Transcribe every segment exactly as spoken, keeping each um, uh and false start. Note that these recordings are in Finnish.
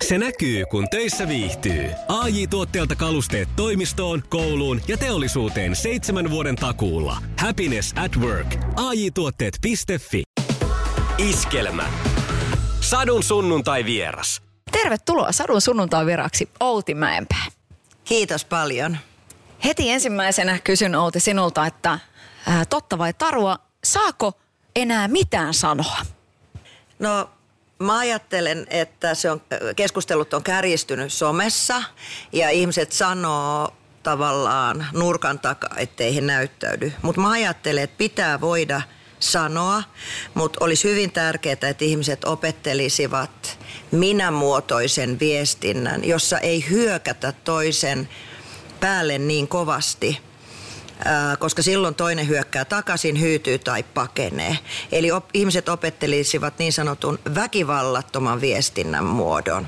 Se näkyy, kun töissä viihtyy. A J-tuotteelta kalusteet toimistoon, kouluun ja teollisuuteen seitsemän vuoden takuulla. Happiness at work. A J tuotteet piste fi. Iskelmä. Sadun sunnuntai vieras. Tervetuloa Sadun sunnuntai vieraksi Outi Mäenpää. Kiitos paljon. Heti ensimmäisenä kysyn Outi sinulta, että ää, totta vai tarua, saako enää mitään sanoa? No mä ajattelen, että se on, keskustelut on kärjistynyt somessa ja ihmiset sanoo tavallaan nurkan takaa, ettei he näyttäydy. Mutta mä ajattelen, että pitää voida sanoa, mutta olisi hyvin tärkeää, että ihmiset opettelisivat minämuotoisen viestinnän, jossa ei hyökätä toisen päälle niin kovasti, koska silloin toinen hyökkää takaisin, hyytyy tai pakenee. Eli op- ihmiset opettelisivat niin sanotun väkivallattoman viestinnän muodon.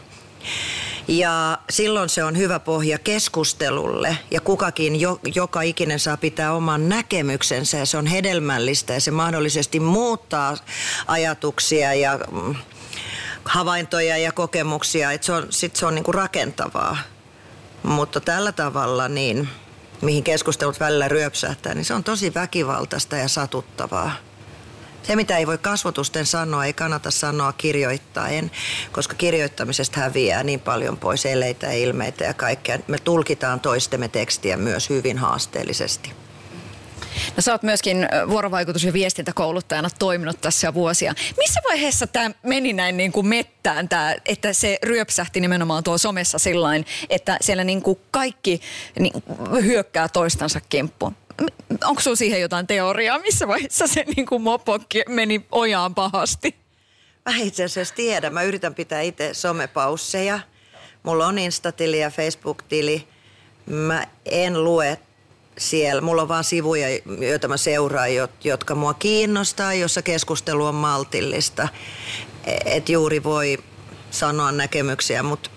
Ja silloin se on hyvä pohja keskustelulle ja kukakin, jo, joka ikinen saa pitää oman näkemyksensä ja se on hedelmällistä ja se mahdollisesti muuttaa ajatuksia ja mm, havaintoja ja kokemuksia, että se on, sit se on niinku rakentavaa. Mutta tällä tavalla, niin, mihin keskustelut välillä ryöpsähtää, niin se on tosi väkivaltaista ja satuttavaa. Se, mitä ei voi kasvotusten sanoa, ei kannata sanoa kirjoittaen, koska kirjoittamisesta häviää niin paljon pois eleitä ja ilmeitä ja kaikkea. Me tulkitaan toistemme tekstiä myös hyvin haasteellisesti. No sä oot myöskin vuorovaikutus- ja viestintäkouluttajana toiminut tässä jo vuosia. Missä vaiheessa tämä meni näin niin kuin mettään, tää, että se ryöpsähti nimenomaan tuo somessa sillain, että siellä niin kuin kaikki niin, hyökkää toistansa kimppuun? Onko sinulla siihen jotain teoriaa? Missä vaiheessa se niin kuin mopo meni ojaan pahasti? Mä itse asiassa tiedän. Mä yritän pitää itse somepausseja. Mulla on Insta-tili ja Facebook-tili. Mä en lue siellä. Mulla on vaan sivuja, joita mä seuraan, jotka mua kiinnostaa, jossa keskustelu on maltillista. Et juuri voi sanoa näkemyksiä, mutta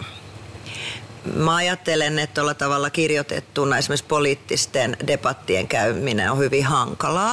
mä ajattelen, että tuolla tavalla kirjoitettuna esimerkiksi poliittisten debattien käyminen on hyvin hankalaa.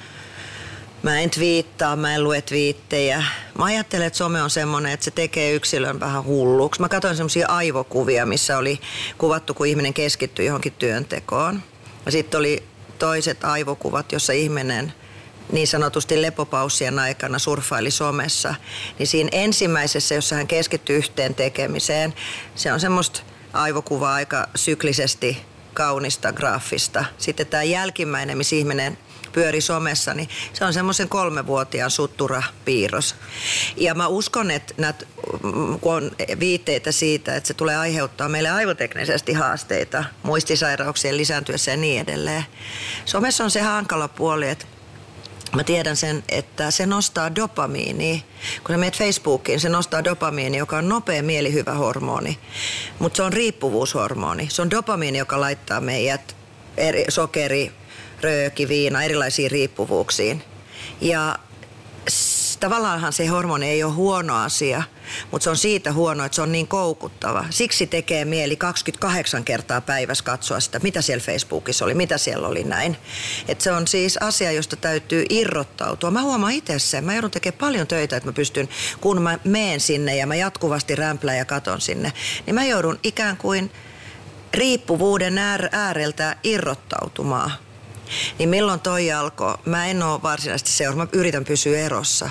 Mä en twiittaa, mä en lue twiittejä. Mä ajattelen, että some on semmoinen, että se tekee yksilön vähän hulluksi. Mä katsoin semmoisia aivokuvia, missä oli kuvattu, kun ihminen keskittyi johonkin työntekoon. Ja sitten oli toiset aivokuvat, jossa ihminen niin sanotusti lepopaussien aikana surffaili somessa. Niin siinä ensimmäisessä, jossa hän keskittyi yhteen tekemiseen, se on semmoista aivokuvaa aika syklisesti kaunista, graafista. Sitten tämä jälkimmäinen, missä ihminen pyöri somessa, niin se on semmoisen kolmevuotiaan sutturapiirros. Ja mä uskon, että näet, kun on viitteitä siitä, että se tulee aiheuttaa meille aivoteknisesti haasteita, muistisairauksien lisääntyessä ja niin edelleen. Somessa on se hankala puoli, että mä tiedän sen, että se nostaa dopamiinia. Kun sä menet Facebookiin, se nostaa dopamiini, joka on nopea mielihyvä hormoni. Mutta se on riippuvuushormoni. Se on dopamiini, joka laittaa meidät eri, sokeri, rööki, viina, erilaisiin riippuvuuksiin. Ja s- tavallaanhan se hormoni ei ole huono asia, mutta se on siitä huono, että se on niin koukuttava. Siksi tekee mieli kaksikymmentäkahdeksan kertaa päivässä katsoa sitä, mitä siellä Facebookissa oli, mitä siellä oli näin. Et se on siis asia, josta täytyy irrottautua. Mä huomaan itse sen. Mä joudun tekemään paljon töitä, että mä pystyn, kun mä meen sinne ja mä jatkuvasti rämplän ja katon sinne, niin mä joudun ikään kuin riippuvuuden äär- ääreltä irrottautumaan. Niin milloin toi alkoi? Mä en ole varsinaisesti seurannut, mä yritän pysyä erossa.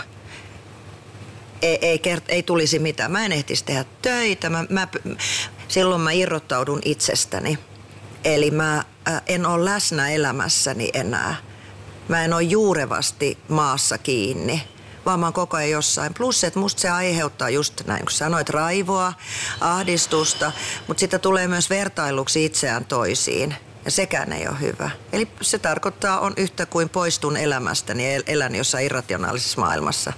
Ei, ei, kert- ei tulisi mitään. Mä en ehtisi tehdä töitä. Mä, mä, silloin mä irrottaudun itsestäni. Eli mä äh, en ole läsnä elämässäni enää. Mä en ole juurevasti maassa kiinni, vaan mä oon koko ajan jossain. Plus, että musta se aiheuttaa just näin, kun sanoit, raivoa, ahdistusta, mutta sitten tulee myös vertailuksi itseään toisiin. Ja sekään ei ole hyvä. Eli se tarkoittaa, on yhtä kuin poistun elämästäni ja elän jossain irrationaalisessa maailmassa.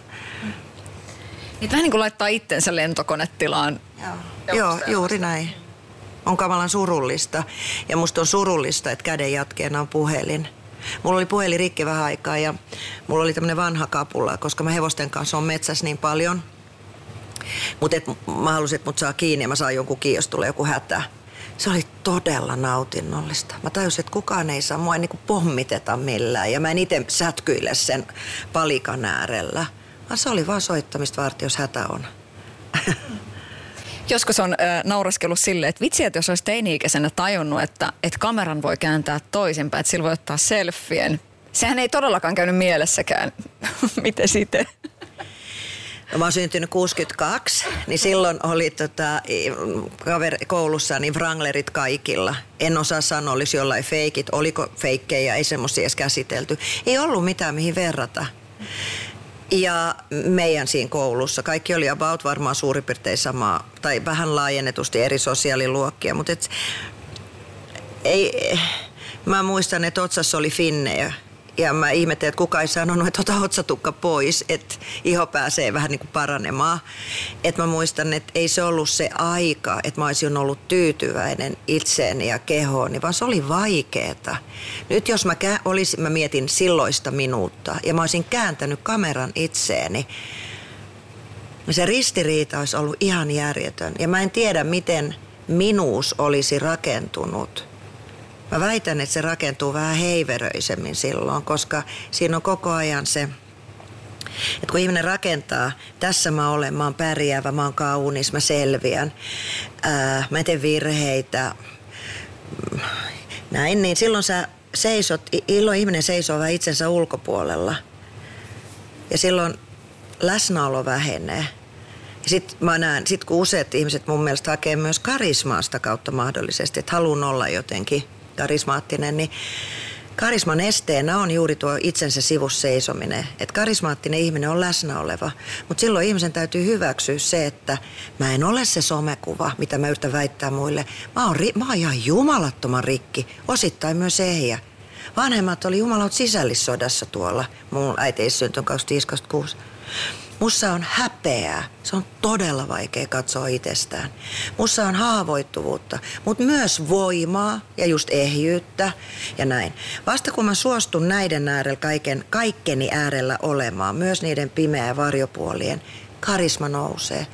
Niin vähän niin kuin laittaa itsensä lentokonetilaan. Joo, Joo juuri näin. On kamalan surullista. Ja musta on surullista, että käden jatkeena on puhelin. Mulla oli puhelin rikki vähän aikaa ja mulla oli tämmönen vanha kapula, koska mä hevosten kanssa on metsässä niin paljon. Mutta mä halusin, että mut saa kiinni ja mä saan jonkun kiinni, jos tulee joku hätä. Se oli todella nautinnollista. Mä tajusin, että kukaan ei saa mua niinku pommiteta millään ja mä en itse sätkyile sen palikan äärellä. Vaan se oli vaan soittamista varten, jos hätä on. Joskus on äh, nauraskellut silleen, että vitsi, että jos olisi teini-ikäisenä tajunnut, että, että kameran voi kääntää toisinpäin, että sillä voi ottaa selfien. Sehän ei todellakaan käynyt mielessäkään. Miten sitten? No, mä oon syntynyt kuusikymmentäkaksi, niin silloin oli tota, kaveri, koulussa niin wranglerit kaikilla. En osaa sanoa, olisi jollain feikit, oliko feikkejä, ei semmoisia edes käsitelty. Ei ollut mitään mihin verrata. Ja meidän siinä koulussa, kaikki oli about varmaan suurin piirtein samaa, tai vähän laajennetusti eri sosiaaliluokkia, mutta et, ei, mä muistan, että otsassa oli finnejä. Ja mä ihmettelin, että kukaan ei sanonut, että ota otsatukka pois, että iho pääsee vähän niin kuin paranemaan. Että mä muistan, että ei se ollut se aika, että mä olisin ollut tyytyväinen itseeni ja kehooni, vaan se oli vaikeeta. Nyt jos mä, kä- olisin, mä mietin silloista minuutta ja mä olisin kääntänyt kameran itseeni, niin se ristiriita olisi ollut ihan järjetön. Ja mä en tiedä, miten minuus olisi rakentunut. Mä väitän, että se rakentuu vähän heiveröisemmin silloin, koska siinä on koko ajan se, että kun ihminen rakentaa, tässä mä olen, mä oon pärjäävä, mä oon kaunis, mä selviän, ää, mä en tee virheitä, näin, niin silloin sä seisot, silloin ihminen seisoo vähän itsensä ulkopuolella ja silloin läsnäolo vähenee. Sitten mä näen, sit kun useat ihmiset mun mielestä hakee myös karismaasta kautta mahdollisesti, että haluan olla jotenkin karismaattinen, niin karisman esteenä on juuri tuo itsensä sivussa seisominen. Että karismaattinen ihminen on läsnä oleva, mutta silloin ihmisen täytyy hyväksyä se, että mä en ole se somekuva, mitä mä yritän väittää muille. Mä oon, ri- mä oon ihan jumalattoman rikki, osittain myös ehjä. Vanhemmat oli jumalat sisällissodassa tuolla. Mun äiti syntyi kaksikymmentäviisi kaksikymmentäkuusi. Mussa on häpeää. Se on todella vaikea katsoa itsestään. Mussa on haavoittuvuutta, mutta myös voimaa ja just ehjyyttä ja näin. Vasta kun mä suostun näiden äärellä, kaiken, kaikkeni äärellä olemaan, myös niiden pimeä varjopuolien, karisma nousee.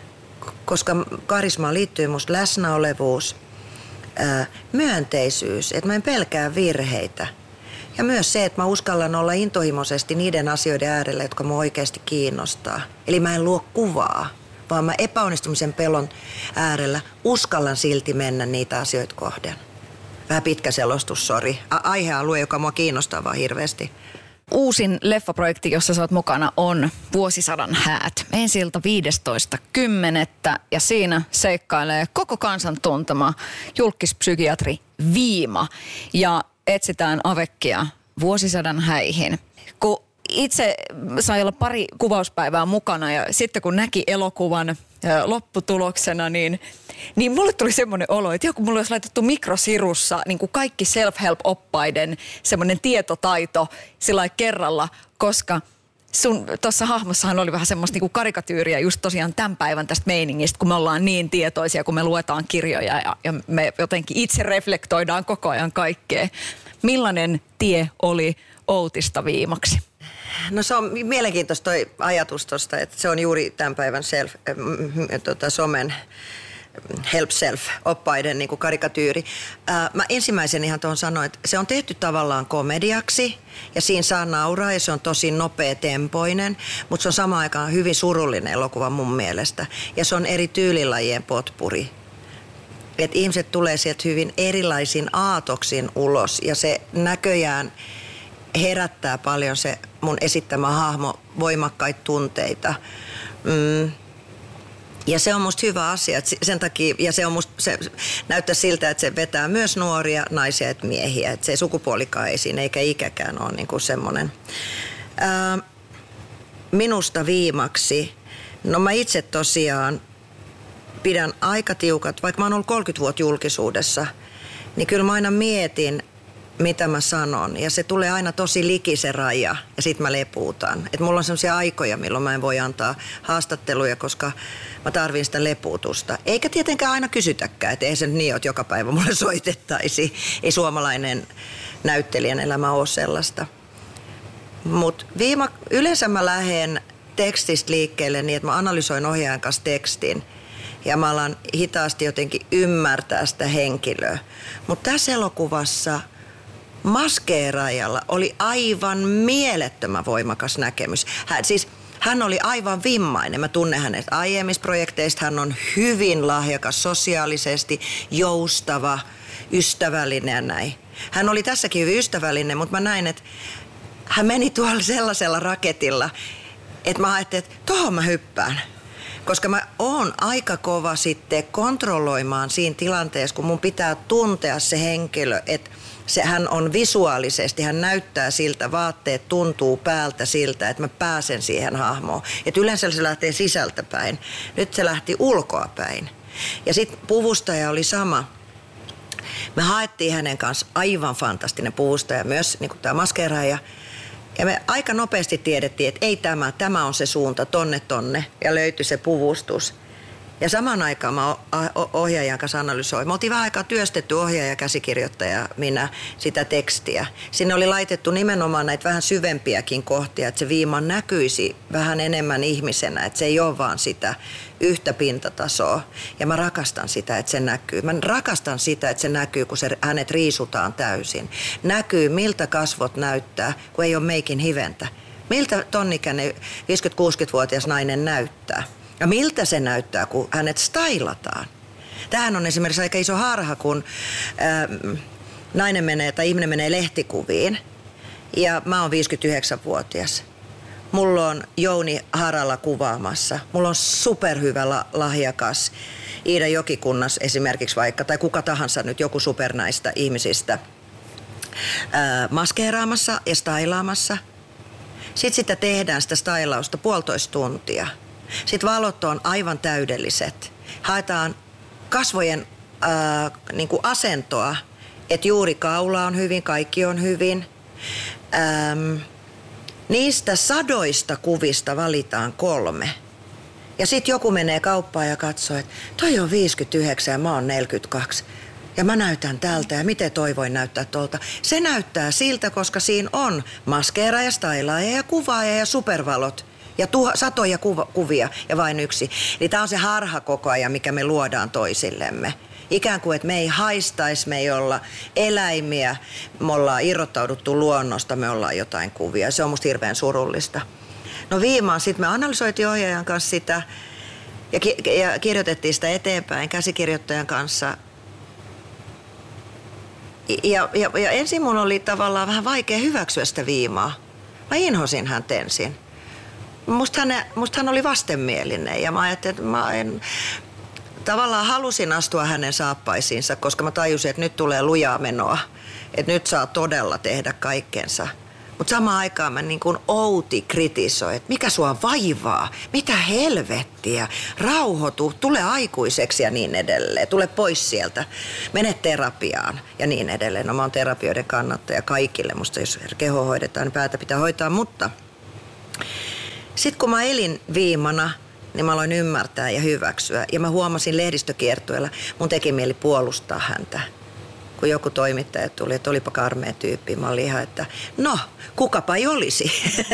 Koska karismaan liittyy musta läsnäolevuus, ää, myönteisyys, että mä en pelkää virheitä. Ja myös se, että mä uskallan olla intohimoisesti niiden asioiden äärellä, jotka mua oikeasti kiinnostaa. Eli mä en luo kuvaa, vaan mä epäonnistumisen pelon äärellä uskallan silti mennä niitä asioita kohden. Vähän pitkä selostus, sori. A- aihealue, joka mua kiinnostaa vaan hirveästi. Uusin leffaprojekti, jossa sä oot mukana, on Vuosisadan häät. Ensi-ilta viidestoista kymmenettä ja siinä seikkailee koko kansan tuntema julkispsykiatri Viima. Ja etsitään avekkia vuosisadan häihin. Kun itse sai olla pari kuvauspäivää mukana ja sitten kun näki elokuvan lopputuloksena, niin, niin mulle tuli semmoinen olo, että joku mulle olisi laitettu mikrosirussa niin kuin kaikki self-help-oppaiden semmoinen tietotaito sillä kerralla, koska sun tuossa hahmossahan oli vähän semmoista niinku karikatyyriä just tosiaan tämän päivän tästä meiningistä, kun me ollaan niin tietoisia, kun me luetaan kirjoja ja, ja me jotenkin itse reflektoidaan koko ajan kaikkea. Millainen tie oli Outista Viimaksi? No se on mielenkiintoista toi ajatus tosta, että se on juuri tämän päivän self, äh, tota, somen help self-oppaiden niin kuin karikatyyri. Ää, mä ensimmäisen ihan tuohon sanoin, että se on tehty tavallaan komediaksi ja siinä saa nauraa ja se on tosi nopeatempoinen, mutta se on samaan aikaan hyvin surullinen elokuva mun mielestä. Ja se on eri tyylilajien potpuri. Et ihmiset tulee sieltä hyvin erilaisin aatoksin ulos ja se näköjään herättää paljon se mun esittämä hahmo voimakkaita tunteita. Mm. Ja se on musta hyvä asia, että sen takia, ja se on musta, se näyttää siltä, että se vetää myös nuoria naisia ja miehiä, että se sukupuolikaan ei siinä, eikä ikäkään ole niin kuin semmoinen. Ää, minusta Viimaksi, no mä itse tosiaan pidän aika tiukat, vaikka mä oon ollut kolmekymmentä vuotta julkisuudessa, niin kyllä mä aina mietin, mitä mä sanon. Ja se tulee aina tosi liki se raja ja sit mä lepuutan. Et mulla on sellaisia aikoja, milloin mä en voi antaa haastatteluja, koska mä tarvin sitä lepuutusta. Eikä tietenkään aina kysytäkään, että ei se nyt niin ole, että joka päivä mulle soitettaisi. Ei suomalainen näyttelijän elämä ole sellaista. Mut viima, yleensä mä lähden tekstistä liikkeelle niin, että mä analysoin ohjaajan kanssa tekstin. Ja mä alan hitaasti jotenkin ymmärtää sitä henkilöä. Mutta tässä elokuvassa maskeeraajalla oli aivan mielettömän voimakas näkemys. Hän, siis, hän oli aivan vimmainen. Mä tunnen hänet aiemmista projekteista. Hän on hyvin lahjakas sosiaalisesti, joustava, ystävällinen ja näin. Hän oli tässäkin hyvin ystävällinen, mutta mä näin, että hän meni tuolla sellaisella raketilla, että mä ajattelin, että tohon mä hyppään. Koska mä oon aika kova sitten kontrolloimaan siinä tilanteessa, kun mun pitää tuntea se henkilö, että se, hän on visuaalisesti, hän näyttää siltä, vaatteet tuntuu päältä siltä, että mä pääsen siihen hahmoon. Et yleensä se lähtee sisältä päin. Nyt se lähti ulkoa päin. Ja sitten puvustaja oli sama. Me haettiin hänen kanssa aivan fantastinen puvustaja myös, niin kuin tämä maskeeraaja. Ja me aika nopeasti tiedettiin, että ei tämä, tämä on se suunta, tonne tonne. Ja löytyi se puvustus. Ja samaan aikaan mä ohjaajan kanssa analysoin. Me oltiin vähän aikaa työstetty ohjaaja, käsikirjoittaja, minä, sitä tekstiä. Sinne oli laitettu nimenomaan näitä vähän syvempiäkin kohtia, että se viima näkyisi vähän enemmän ihmisenä. Että se ei ole vaan sitä yhtä pintatasoa. Ja mä rakastan sitä, että se näkyy. Mä rakastan sitä, että se näkyy, kun se, hänet riisutaan täysin. Näkyy, miltä kasvot näyttää, kun ei ole meikin hiventä. Miltä tonnikäinen viisikymmentä-kuusikymmentävuotias nainen näyttää. Ja miltä se näyttää, kun hänet stylataan. Tämähän on esimerkiksi aika iso harha, kun äh, nainen menee tai ihminen menee lehtikuviin. Ja mä oon viisikymmentäyhdeksänvuotias. Mulla on Jouni Haralla kuvaamassa. Mulla on superhyvä la- lahjakas Iida Jokikunnas esimerkiksi vaikka, tai kuka tahansa nyt joku supernäistä ihmisistä äh, maskeeraamassa ja stylaamassa. Sitten sitä tehdään sitä stylausta puolitoista tuntia. Sitten valot on aivan täydelliset. Haetaan kasvojen ää, niin kuin asentoa, että juuri kaula on hyvin, kaikki on hyvin. Ähm, niistä sadoista kuvista valitaan kolme. Ja sitten joku menee kauppaan ja katsoo, että toi on viisikymmentäyhdeksän ja mä oon neljäkymmentäkaksi. Ja mä näytän tältä ja miten toi voi näyttää tuolta. Se näyttää siltä, koska siinä on maskeeraaja, stylaaja ja kuvaaja ja supervalot. Ja tuha, satoja kuva, kuvia ja vain yksi. Eli tämä on se harha koko ajan, mikä me luodaan toisillemme. Ikään kuin, että me ei haistaisi, me ei olla eläimiä, me ollaan irrottauduttu luonnosta, me ollaan jotain kuvia. Se on musta hirveän surullista. No viimaan sitten me analysoitiin ohjaajan kanssa sitä ja, ki- ja kirjoitettiin sitä eteenpäin käsikirjoittajan kanssa. Ja, ja, ja ensin mun oli tavallaan vähän vaikea hyväksyä sitä viimaa. Mä inhosin häntä ensin. Musta hän, musta hän oli vastenmielinen ja mä ajattelin, että mä en, tavallaan halusin astua hänen saappaisiinsa, koska mä tajusin, että nyt tulee lujaa menoa. Että nyt saa todella tehdä kaikkensa. Mutta samaan aikaan mä niin kuin outi kritisoin, että mikä sua vaivaa, mitä helvettiä, rauhoitu, tule aikuiseksi ja niin edelleen. Tule pois sieltä, mene terapiaan ja niin edelleen. No mä oon terapioiden kannattaja kaikille, musta jos keho hoidetaan, niin päätä pitää hoitaa, mutta sitten kun mä elin viimana, niin mä aloin ymmärtää ja hyväksyä. Ja mä huomasin lehdistökiertueella, mun teki mieli puolustaa häntä. Kun joku toimittaja tuli, että olipa karmea tyyppi. Mä olin ihan, että no, kukapa ei olisi.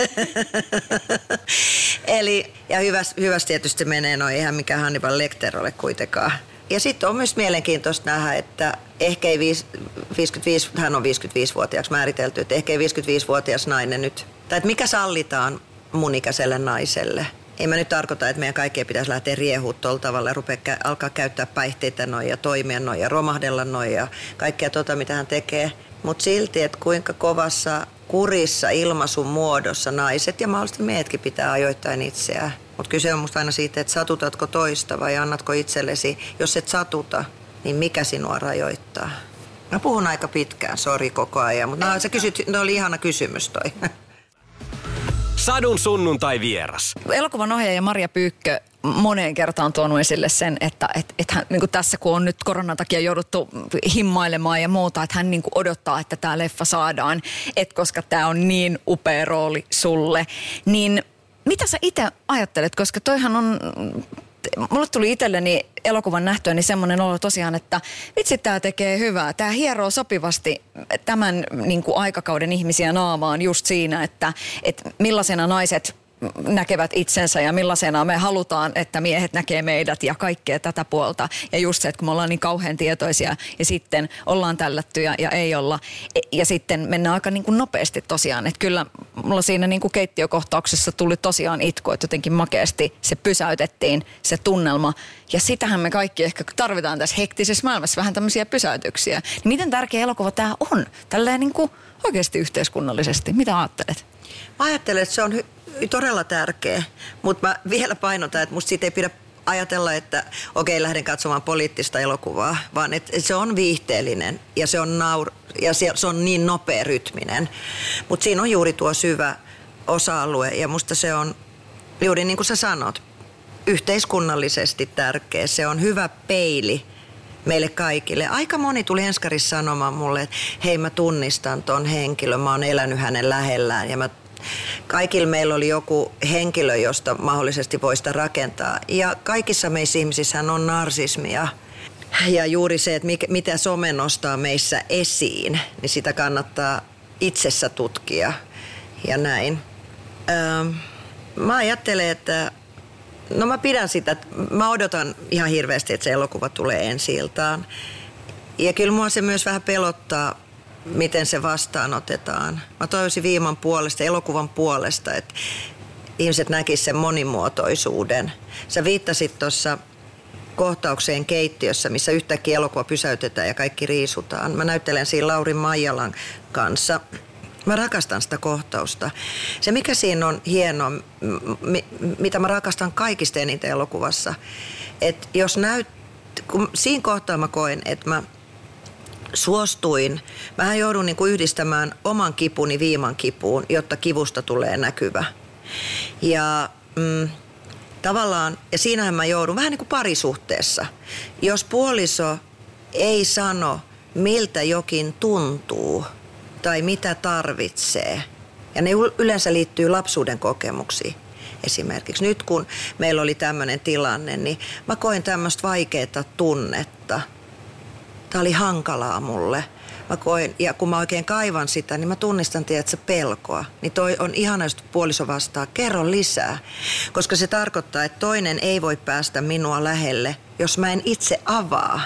Eli, ja hyvästi, hyvästi tietysti menee, no eihän mikään Hannibal Lecter ole kuitenkaan. Ja sitten on myös mielenkiintoista nähdä, että ehkä ei viisikymmentäviisi, hän on viisikymmentäviisivuotiaaksi määritelty, että ehkä ei viisikymmentäviisivuotias nainen nyt, tai että mikä sallitaan mun ikäiselle naiselle. Ei mä nyt tarkoita, että meidän kaikkien pitäisi lähteä riehuun tuolla tavalla ja rupea, alkaa käyttää päihteitä noin ja toimia noin ja romahdella noin ja kaikkea tota, mitä hän tekee. Mutta silti, että kuinka kovassa kurissa ilmaisun muodossa naiset ja mahdollisesti miehetkin pitää ajoittain itseään. Mutta kyse on musta aina siitä, että satutatko toista vai annatko itsellesi. Jos et satuta, niin mikä sinua rajoittaa? Mä puhun aika pitkään, sori koko ajan, mutta no, sä kysyt, no oli ihana kysymys toi. Sadun sunnuntai vieras. Elokuvan ohjaaja Maria Pyykkö moneen kertaan tuonut esille sen, että et, et hän, niin kuin tässä kun on nyt koronan takia jouduttu himmailemaan ja muuta, että hän niin kuin odottaa, että tämä leffa saadaan, et koska tämä on niin upea rooli sulle. Niin mitä sä itse ajattelet, koska toihan on, mulle tuli itselleni elokuvan nähtyä niin semmoinen olo tosiaan, että vitsi tää tekee hyvää. Tää hieroo sopivasti tämän niin kuin aikakauden ihmisiä naamaan just siinä, että, että millaisena naiset näkevät itsensä ja millaisena me halutaan, että miehet näkee meidät ja kaikkea tätä puolta. Ja just se, että kun me ollaan niin kauhean tietoisia ja sitten ollaan tällätty ja, ja ei olla. Ja sitten mennään aika niin kuin nopeasti tosiaan. Että kyllä mulla siinä niin kuin keittiökohtauksessa tuli tosiaan itku, että jotenkin makeasti se pysäytettiin, se tunnelma. Ja sitähän me kaikki ehkä tarvitaan tässä hektisessä maailmassa, vähän tämmöisiä pysäytyksiä. Niin miten tärkeä elokuva tämä on? Tälleen niin kuin oikeasti yhteiskunnallisesti. Mitä ajattelet? Mä ajattelen, että se on hy- todella tärkeä, mutta mä vielä painotan, että musta siitä ei pidä ajatella, että okei, lähden katsomaan poliittista elokuvaa, vaan että se on viihteellinen ja se on, naur- ja se on niin nopea rytminen. Mutta siinä on juuri tuo syvä osa-alue ja musta se on juuri niin kuin sä sanot, yhteiskunnallisesti tärkeä. Se on hyvä peili meille kaikille. Aika moni tuli Enskarissa sanomaan mulle, että hei, mä tunnistan ton henkilön, mä oon elänyt hänen lähellään ja mä, kaikilla meillä oli joku henkilö, josta mahdollisesti voi sitä rakentaa. Ja kaikissa meissä ihmisissähän on narsismia. Ja juuri se, että mikä, mitä some nostaa meissä esiin, niin sitä kannattaa itsessä tutkia ja näin. Öö, mä ajattelen, että no mä pidän sitä, mä odotan ihan hirveästi, että se elokuva tulee ensi-iltaan. Ja kyllä mua se myös vähän pelottaa, miten se vastaanotetaan. Mä toivoisin viiman puolesta, elokuvan puolesta, että ihmiset näkisivät sen monimuotoisuuden. Sä viittasit tuossa kohtaukseen keittiössä, missä yhtäkkiä elokuva pysäytetään ja kaikki riisutaan. Mä näyttelen siinä Lauri Maijalan kanssa. Mä rakastan sitä kohtausta. Se, mikä siinä on hienoa, mitä mä rakastan kaikista eniten elokuvassa, että jos näyt, kun siinä kohtaa mä koen, että mä suostuin, mähän joudun niin kuin yhdistämään oman kipuni viiman kipuun, jotta kivusta tulee näkyvä. Ja mm, tavallaan, ja siinähän mä joudun vähän niin kuin parisuhteessa. Jos puoliso ei sano, miltä jokin tuntuu tai mitä tarvitsee, ja ne yleensä liittyy lapsuuden kokemuksiin. Esimerkiksi nyt kun meillä oli tämmöinen tilanne, niin mä koin tämmöistä vaikeaa tunnetta. Tämä oli hankalaa mulle. Mä koin, ja kun mä oikein kaivan sitä, niin mä tunnistan, tiedätkö, pelkoa. Niin toi on ihana, jos puoliso vastaa, kerro lisää. Koska se tarkoittaa, että toinen ei voi päästä minua lähelle, jos mä en itse avaa.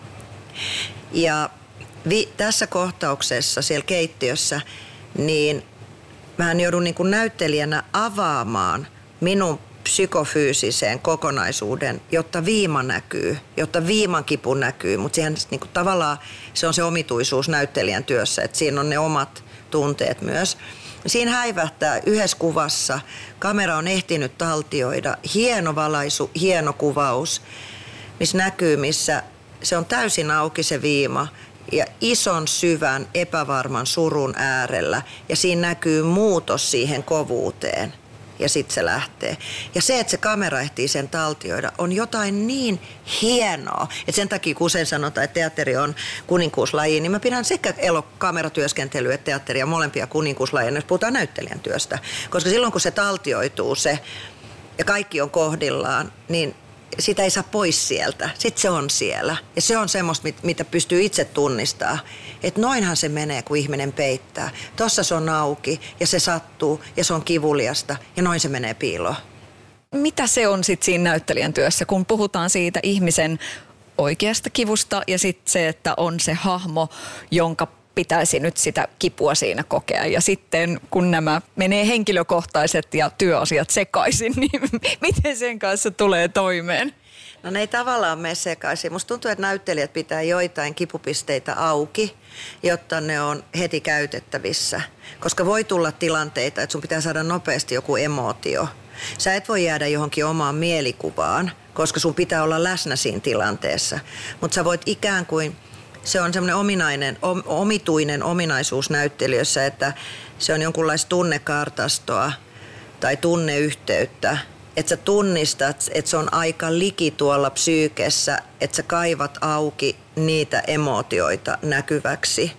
Ja vi- tässä kohtauksessa siellä keittiössä, niin mähän joudun niin kuin näyttelijänä avaamaan minun psykofyysiseen kokonaisuuden, jotta viima näkyy, jotta viiman kipu näkyy, mutta siihen niin kuin tavallaan se on se omituisuus näyttelijän työssä, että siinä on ne omat tunteet myös. Siinä häivähtää yhdessä kuvassa, kamera on ehtinyt taltioida, hieno valaisu, hieno kuvaus, missä näkyy, missä se on täysin auki se viima ja ison syvän epävarman surun äärellä ja siinä näkyy muutos siihen kovuuteen. Ja sitten se lähtee. Ja se, että se kamera ehtii sen taltioida, on jotain niin hienoa. Että sen takia, kun usein sanotaan, että teatteri on kuninkuuslaji, niin mä pidän sekä elo- kameratyöskentelyä että teatteria molempia kuninkuuslajia, jos puhutaan näyttelijän työstä. Koska silloin, kun se taltioituu se ja kaikki on kohdillaan, niin sitä ei saa pois sieltä. Sitten se on siellä. Ja se on semmoista, mitä pystyy itse tunnistamaan. Että noinhan se menee, kun ihminen peittää. Tossa se on auki ja se sattuu ja se on kivuliasta ja noin se menee piiloon. Mitä se on sitten siinä näyttelijän työssä, kun puhutaan siitä ihmisen oikeasta kivusta ja sitten se, että on se hahmo, jonka pitäisi nyt sitä kipua siinä kokea. Ja sitten kun nämä menee henkilökohtaiset ja työasiat sekaisin, niin miten sen kanssa tulee toimeen? No ne ei tavallaan mene sekaisin. Musta tuntuu, että näyttelijät pitää joitain kipupisteitä auki, jotta ne on heti käytettävissä. Koska voi tulla tilanteita, että sun pitää saada nopeasti joku emootio. Sä et voi jäädä johonkin omaan mielikuvaan, koska sun pitää olla läsnä siinä tilanteessa. Mutta sä voit ikään kuin, se on semmoinen ominainen, om, omituinen ominaisuus näyttelijössä, että se on jonkunlaista tunnekartastoa tai tunneyhteyttä. Että sä tunnistat, että se on aika liki tuolla psyykessä, että sä kaivat auki niitä emootioita näkyväksi.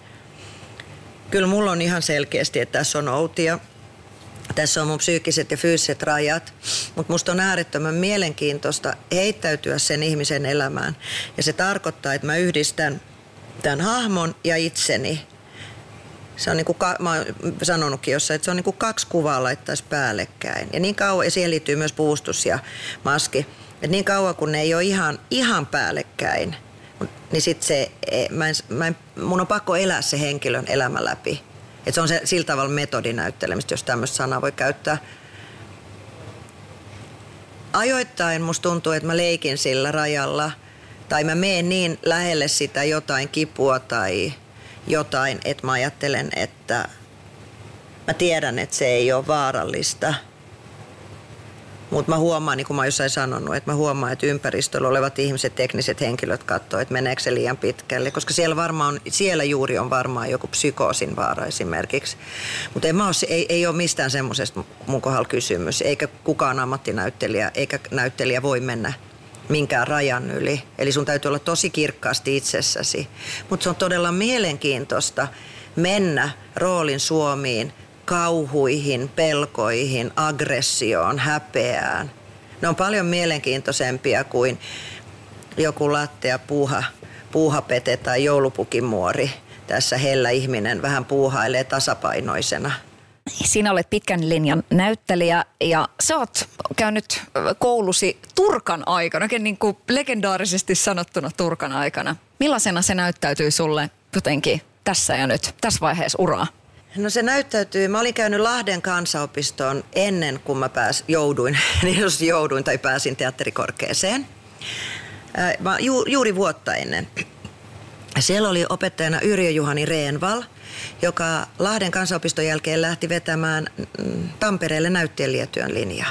Kyllä mulla on ihan selkeästi, että tässä on outia. Tässä on mun psyykkiset ja fyysiset rajat, mutta musta on äärettömän mielenkiintoista heittäytyä sen ihmisen elämään. Ja se tarkoittaa, että mä yhdistän tämän hahmon ja itseni Se on niin kuin, mä oon sanonutkin jossain, että se on niin kuin kaksi kuvaa laittaisi päällekkäin. Ja niin kauan, ja siihen liittyy myös puustus ja maski, että niin kauan kun ne ei ole ihan, ihan päällekkäin, niin sit se, mä en, mä en, mun on pakko elää se henkilön elämä läpi. Että se on se sillä tavalla metodinäyttelemistä, jos tämmöistä sanaa voi käyttää. Ajoittain musta tuntuu, että mä leikin sillä rajalla, tai mä menen niin lähelle sitä jotain kipua tai jotain, että mä ajattelen, että mä tiedän, että se ei ole vaarallista. Mutta mä huomaan, niin kuin mä jossain sanonut, että mä huomaan, että ympäristöllä olevat ihmiset, tekniset henkilöt katsoo, että meneekö se liian pitkälle. Koska siellä, varmaan, siellä juuri on varmaan joku psykoosin vaara esimerkiksi. Mutta ei, ei ole mistään semmoisesta mun kohdalla kysymys. Eikä kukaan ammattinäyttelijä, eikä näyttelijä voi mennä minkään rajan yli. Eli sun täytyy olla tosi kirkkaasti itsessäsi. Mutta se on todella mielenkiintoista mennä roolin suomiin, kauhuihin, pelkoihin, aggressioon, häpeään. Ne on paljon mielenkiintoisempia kuin joku lattea puuha, puuhapete tai joulupukimuori. Tässä hellä ihminen vähän puuhailee tasapainoisena. Sinä olet pitkän linjan näyttelijä ja sä oot käynyt koulusi Turkan aikana, oikein niin kuin legendaarisesti sanottuna Turkan aikana. Millaisena se näyttäytyy sulle jotenkin tässä ja nyt, tässä vaiheessa uraa? No se näyttäytyy, mä olin käynyt Lahden kansanopistoon ennen kuin mä pääs, jouduin, niin jos jouduin tai pääsin teatterikorkeeseen. Mä ju, juuri vuotta ennen. Siellä oli opettajana Yrjö Juhani Reenval, joka Lahden kansanopiston jälkeen lähti vetämään Tampereelle näyttelijätyön linjaa.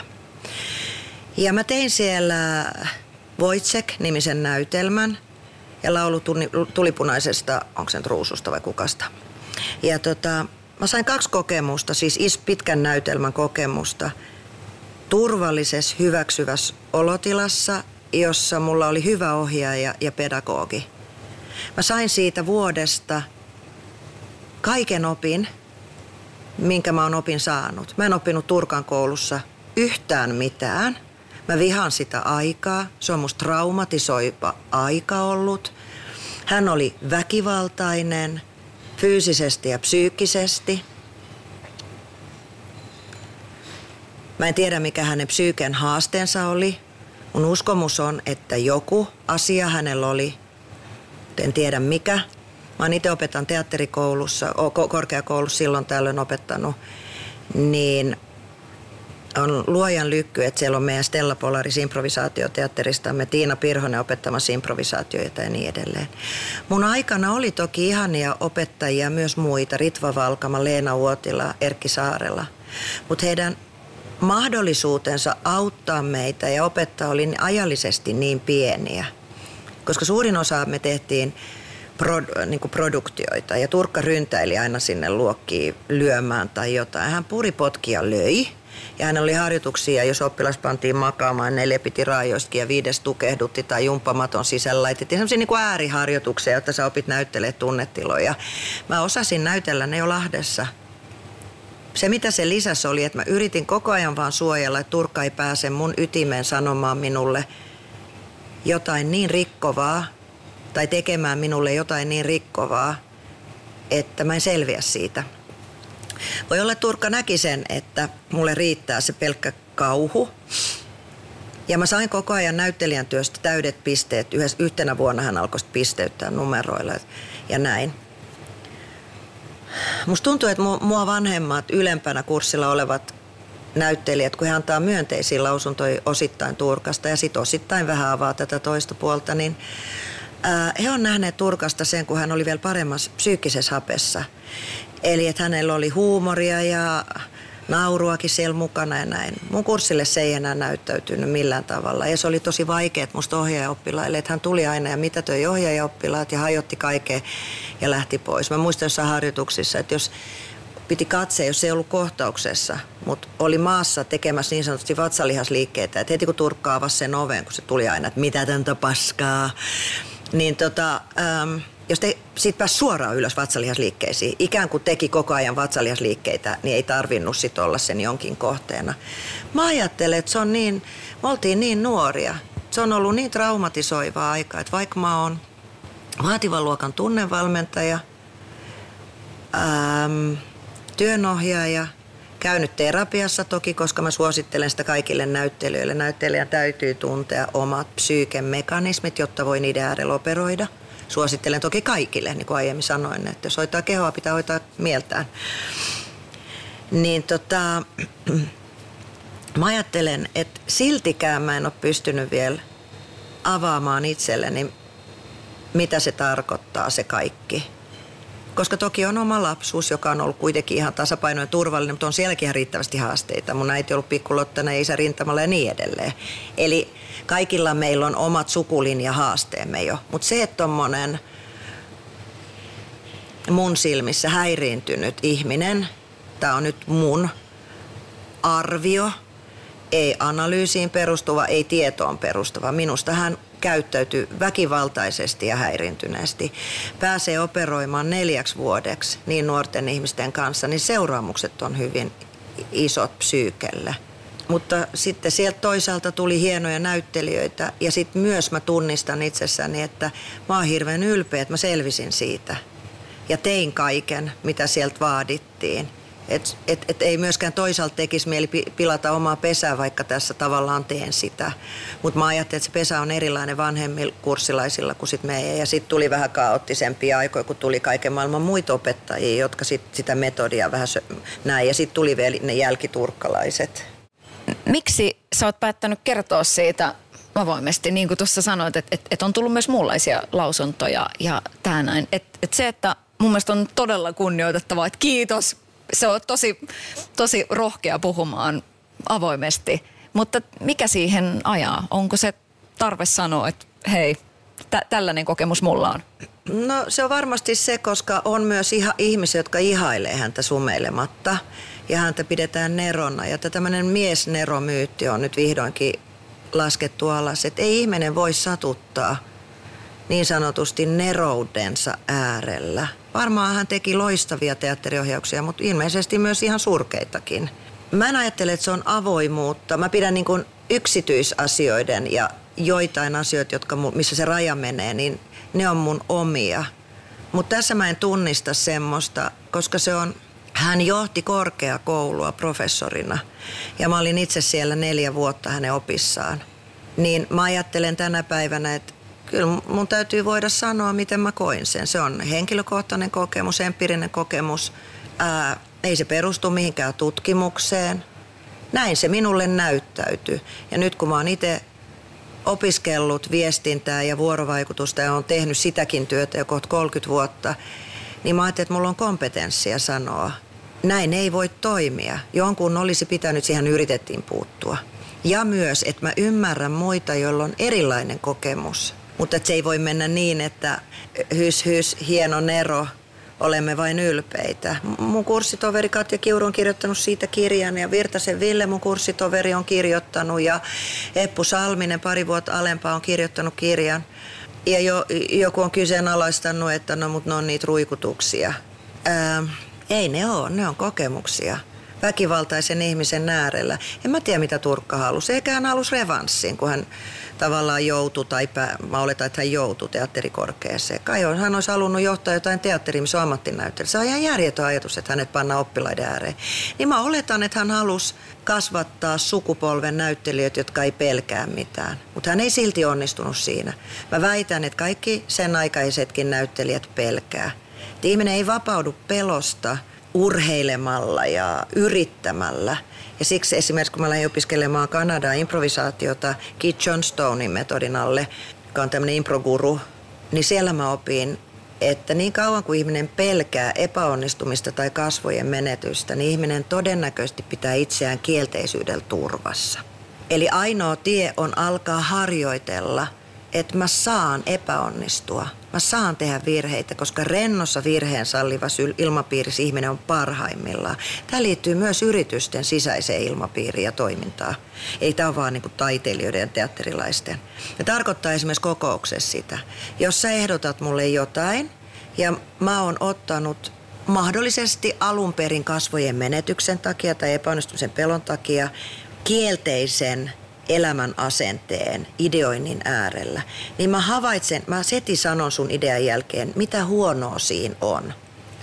Ja mä tein siellä Wojciech-nimisen näytelmän ja laulu tulipunaisesta, onko se nyt ruususta vai kukasta. Ja tota, mä sain kaksi kokemusta, siis is pitkän näytelmän kokemusta turvallisessa, hyväksyvässä olotilassa, jossa mulla oli hyvä ohjaaja ja pedagogi. Mä sain siitä vuodesta kaiken opin, minkä mä oon opin saanut. Mä en oppinut Turkan koulussa yhtään mitään. Mä vihaan sitä aikaa. Se on musta traumatisoiva aika ollut. Hän oli väkivaltainen, fyysisesti ja psyykkisesti. Mä en tiedä, mikä hänen psyyken haasteensa oli. Mun uskomus on, että joku asia hänellä oli. En tiedä mikä. Mä oon itse opetan teatterikoulussa, korkeakoulussa silloin tällöin opettanut. Niin on luojan lykky, että siellä on meidän Stella Polaris improvisaatioteatteristamme Tiina Pirhonen opettamassa improvisaatioita ja niin edelleen. Mun aikana oli toki ihania opettajia, myös muita, Ritva Valkama, Leena Uotila, Erkki Saarela. Mutta heidän mahdollisuutensa auttaa meitä ja opettaa oli ajallisesti niin pieniä. Koska suurin osa me tehtiin Pro, niin kuin produktioita ja Turkka ryntäili aina sinne luokkiin lyömään tai jotain. Hän puri potkia löi ja hän oli harjoituksia, jos oppilas pantiin makaamaan, neljä piti raajoistakin ja viides tukehdutti tai jumppamaton sisällä laitettiin sellaisia niin kuin ääriharjoituksia, jotta sä opit näyttelemään tunnetiloja. Mä osasin näytellä ne jo Lahdessa. Se mitä se lisäsi oli, että mä yritin koko ajan vaan suojella, että Turkka ei pääse mun ytimeen sanomaan minulle jotain niin rikkovaa, tai tekemään minulle jotain niin rikkovaa, että mä en selviä siitä. Voi olla, että Turkka näki sen, että mulle riittää se pelkkä kauhu. Ja mä sain koko ajan näyttelijän työstä täydet pisteet. Yhdessä, yhtenä vuonna hän alkoi pisteyttää numeroilla ja näin. Musta tuntuu, että mua vanhemmat ylempänä kurssilla olevat näyttelijät, kun he antaa myönteisiä lausuntoja osittain Turkasta ja sit osittain vähän avaa tätä toista puolta, niin he on nähneet Turkasta sen, kun hän oli vielä paremmassa psyykkisessä hapessa. Eli että hänellä oli huumoria ja nauruakin siellä mukana ja näin. Mun kurssille se ei enää näyttäytynyt millään tavalla. Ja se oli tosi vaikeet musta ohjaajaoppilaille, että hän tuli aina ja mitätöi ohjaajaoppilaat ja hajotti kaikkea ja lähti pois. Mä muistan jossain harjoituksissa, että jos piti katsoa, jos se ei ollut kohtauksessa, mutta oli maassa tekemässä niin sanotusti vatsalihasliikkeitä, että heti kun Turkka avasi sen oven, kun se tuli aina, että mitä täntä paskaa, niin tota, ähm, jos te sit pääsi suoraan ylös vatsalihasliikkeisiin, ikään kuin teki koko ajan vatsalihasliikkeitä, niin ei tarvinnut sit olla sen jonkin kohteena. Mä ajattelen, että se on niin, me oltiin niin nuoria, se on ollut niin traumatisoivaa aikaa, että vaikka mä oon vaativan luokan tunnevalmentaja, Ähm, työnohjaaja, käynyt terapiassa toki, koska mä suosittelen sitä kaikille näyttelijöille. Näyttelijän täytyy tuntea omat psyykemekanismit, jotta voi niiden äärellä operoida. Suosittelen toki kaikille, niin kuin aiemmin sanoin, että jos hoitaa kehoa, pitää hoitaa mieltään. Niin tota, mä ajattelen, että siltikään mä en ole pystynyt vielä avaamaan itselleni, mitä se tarkoittaa se kaikki. Koska toki on oma lapsuus, joka on ollut kuitenkin ihan tasapainoinen ja turvallinen, mutta on sielläkin ihan riittävästi haasteita. Mun äiti on ollut pikkulottana ja isä rintamalla ja niin edelleen. Eli kaikilla meillä on omat sukulinjahaasteemme jo. Mutta se, että tommonen mun silmissä häiriintynyt ihminen, tää on nyt mun arvio, ei analyysiin perustuva, ei tietoon perustuva. Minusta hän käyttäytyy väkivaltaisesti ja häiriintyneesti, pääsee operoimaan neljäksi vuodeksi niin nuorten ihmisten kanssa, niin seuraamukset on hyvin isot psyykelle. Mutta sitten sieltä toisaalta tuli hienoja näyttelijöitä ja sitten myös mä tunnistan itsessäni, että mä oon hirveän ylpeä, että mä selvisin siitä. Ja tein kaiken, mitä sieltä vaadittiin. Että et, et ei myöskään toisaalta tekisi mieli pilata omaa pesää, vaikka tässä tavallaan teen sitä. Mutta mä ajattelin, että se pesä on erilainen vanhemmilla kurssilaisilla kuin sit meidän. Ja sitten tuli vähän kaoottisempia aikoja, kun tuli kaiken maailman muita opettajia, jotka sit sitä metodia vähän näin. Ja sitten tuli vielä ne jälkiturkkalaiset. Miksi sä oot päättänyt kertoa siitä avoimesti, niin kuin tuossa sanoit, että et, et on tullut myös muunlaisia lausuntoja ja tää näin. Että et se, että mun mielestä on todella kunnioitettavaa, että kiitos. Se on tosi, tosi rohkea puhumaan avoimesti, mutta mikä siihen ajaa? Onko se tarve sanoa, että hei, tä- tällainen kokemus mulla on? No se on varmasti se, koska on myös iha- ihmisiä, jotka ihailee häntä sumeilematta ja häntä pidetään nerona. Ja tämmöinen miesneromyytti on nyt vihdoinkin laskettu alas, että ei ihminen voi satuttaa niin sanotusti neroudensa äärellä. Varmaan hän teki loistavia teatteriohjauksia, mutta ilmeisesti myös ihan surkeitakin. Mä en ajattele, että se on avoimuutta. Mä pidän niin kuin yksityisasioiden ja joitain asioita, jotka, missä se raja menee, niin ne on mun omia. Mutta tässä mä en tunnista semmoista, koska se on, hän johti korkeakoulua professorina ja mä olin itse siellä neljä vuotta hänen opissaan. Niin mä ajattelen tänä päivänä, että kyllä mun täytyy voida sanoa, miten mä koin sen. Se on henkilökohtainen kokemus, empiirinen kokemus. Ää, ei se perustu mihinkään tutkimukseen. Näin se minulle näyttäytyy. Ja nyt kun mä oon itse opiskellut viestintää ja vuorovaikutusta ja oon tehnyt sitäkin työtä jo kohta kolmekymmentä vuotta, niin mä ajattelin, että mulla on kompetenssia sanoa. Näin ei voi toimia. Jonkun olisi pitänyt, siihen yritettiin puuttua. Ja myös, että mä ymmärrän muita, joilla on erilainen kokemus. Mutta se ei voi mennä niin, että hys hys, hieno nero, olemme vain ylpeitä. Mun kurssitoveri Katja Kiuru on kirjoittanut siitä kirjan ja Virtasen Ville, mun kurssitoveri, on kirjoittanut ja Eppu Salminen pari vuotta alempaa on kirjoittanut kirjan. Ja jo, joku on kyseenalaistanut, että no mut ne on niitä ruikutuksia. Ää, ei ne ole, ne on kokemuksia. Väkivaltaisen ihmisen äärellä. En mä tiedä, mitä Turkka halusi. Eikä hän halusi revanssiin, kun hän tavallaan joutui, tai pää, mä oletan, että hän joutui teatterikorkeaseen. Kai hän olisi halunnut johtaa jotain teatteria, missä on ammattinäyttelijä. Se on ihan järjetön ajatus, että hänet pannaan oppilaiden ääreen. Niin mä oletan, että hän halusi kasvattaa sukupolven näyttelijöitä, jotka ei pelkää mitään. Mutta hän ei silti onnistunut siinä. Mä väitän, että kaikki sen aikaisetkin näyttelijät pelkää. Että ihminen ei vapaudu pelosta urheilemalla ja yrittämällä. Ja siksi esimerkiksi kun mä lähdin opiskelemaan Kanadaan improvisaatiota Keith Johnstonein metodin alle, joka on tämmöinen improguru, niin siellä mä opin, että niin kauan kuin ihminen pelkää epäonnistumista tai kasvojen menetystä, niin ihminen todennäköisesti pitää itseään kielteisyydellä turvassa. Eli ainoa tie on alkaa harjoitella, että mä saan epäonnistua. Mä saan tehdä virheitä, koska rennossa virheen sallivassa ilmapiirissä ihminen on parhaimmillaan. Tämä liittyy myös yritysten sisäiseen ilmapiiriin ja toimintaan. Ei tämä ole vaan niin kuin taiteilijoiden ja teatterilaisten. Ja tarkoittaa esimerkiksi kokouksessa sitä. Jos sä ehdotat mulle jotain ja mä oon ottanut mahdollisesti alun perin kasvojen menetyksen takia tai epäonnistumisen pelon takia kielteisen elämän asenteen, ideoinnin äärellä, niin mä havaitsen, mä heti sanon sun idean jälkeen, mitä huonoa siinä on.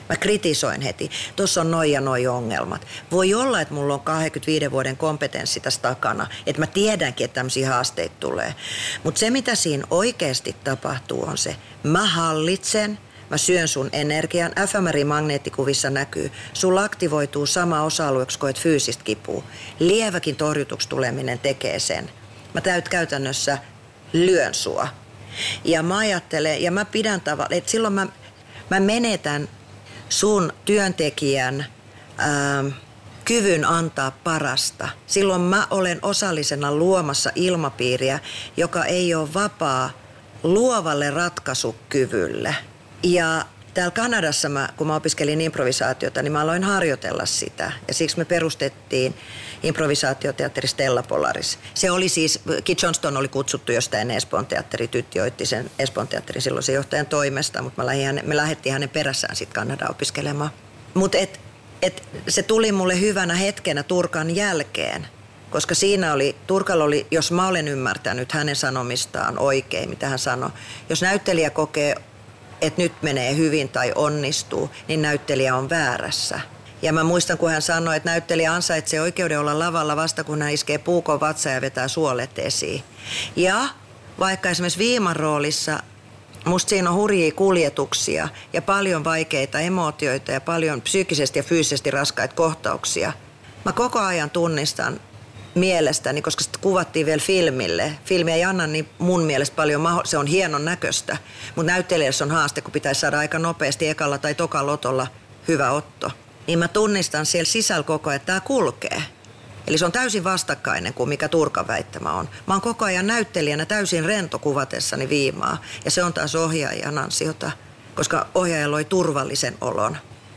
Mä kritisoin heti. Tuossa on noi ja noi ongelmat. Voi olla, että mulla on kaksikymmentäviiden vuoden kompetenssi tässä takana, että mä tiedänkin, että tämmöisiä haasteita tulee. Mutta se, mitä siinä oikeasti tapahtuu, on se, mä hallitsen, mä syön sun energian. F M R I-magneettikuvissa näkyy. Sulla aktivoituu sama osa-alue, kun koet fyysistä kipua. Lieväkin torjutuksi tuleminen tekee sen. Mä täyt käytännössä lyön sua. Ja mä ajattelen, ja mä pidän tavalla, että silloin mä, mä menetän sun työntekijän ää, kyvyn antaa parasta. Silloin mä olen osallisena luomassa ilmapiiriä, joka ei ole vapaa luovalle ratkaisukyvylle. Ja täällä Kanadassa, mä, kun mä opiskelin improvisaatiota, niin mä aloin harjoitella sitä. Ja siksi me perustettiin improvisaatioteatteri Stella Polaris. Se oli siis, Kit Johnston oli kutsuttu jostain Espoon teatteri, Tytti joitti sen Espoon teatterin silloisen johtajan toimesta, mutta me lähdettiin hänen perässään sitten Kanadaan opiskelemaan. Mutta et, et, se tuli mulle hyvänä hetkenä Turkan jälkeen, koska siinä oli, Turkalla oli, jos mä olen ymmärtänyt hänen sanomistaan oikein, mitä hän sanoi, jos näyttelijä kokee, että nyt menee hyvin tai onnistuu, niin näyttelijä on väärässä. Ja mä muistan, kun hän sanoi, että näyttelijä ansaitsee oikeuden olla lavalla vasta, kun hän iskee puukon vatsaan ja vetää suolet esiin. Ja vaikka esimerkiksi Viiman roolissa, musta siinä on hurjia kuljetuksia ja paljon vaikeita emootioita ja paljon psyykkisesti ja fyysisesti raskaita kohtauksia. Mä koko ajan tunnistan mielestäni, koska sitä kuvattiin vielä filmille. Filmi ei anna niin mun mielestä paljon, maho- se on hienon näköistä, mutta näyttelijässä on haaste, kun pitäisi saada aika nopeasti ekalla tai tokalla otolla hyvä otto. Niin mä tunnistan siellä sisällä koko ajan, että tämä kulkee. Eli se on täysin vastakkainen kuin mikä Turkan väittämä on. Mä oon koko ajan näyttelijänä täysin rento kuvatessani Viimaa. Ja se on taas ohjaajan ansiota, koska ohjaaja loi turvallisen olon.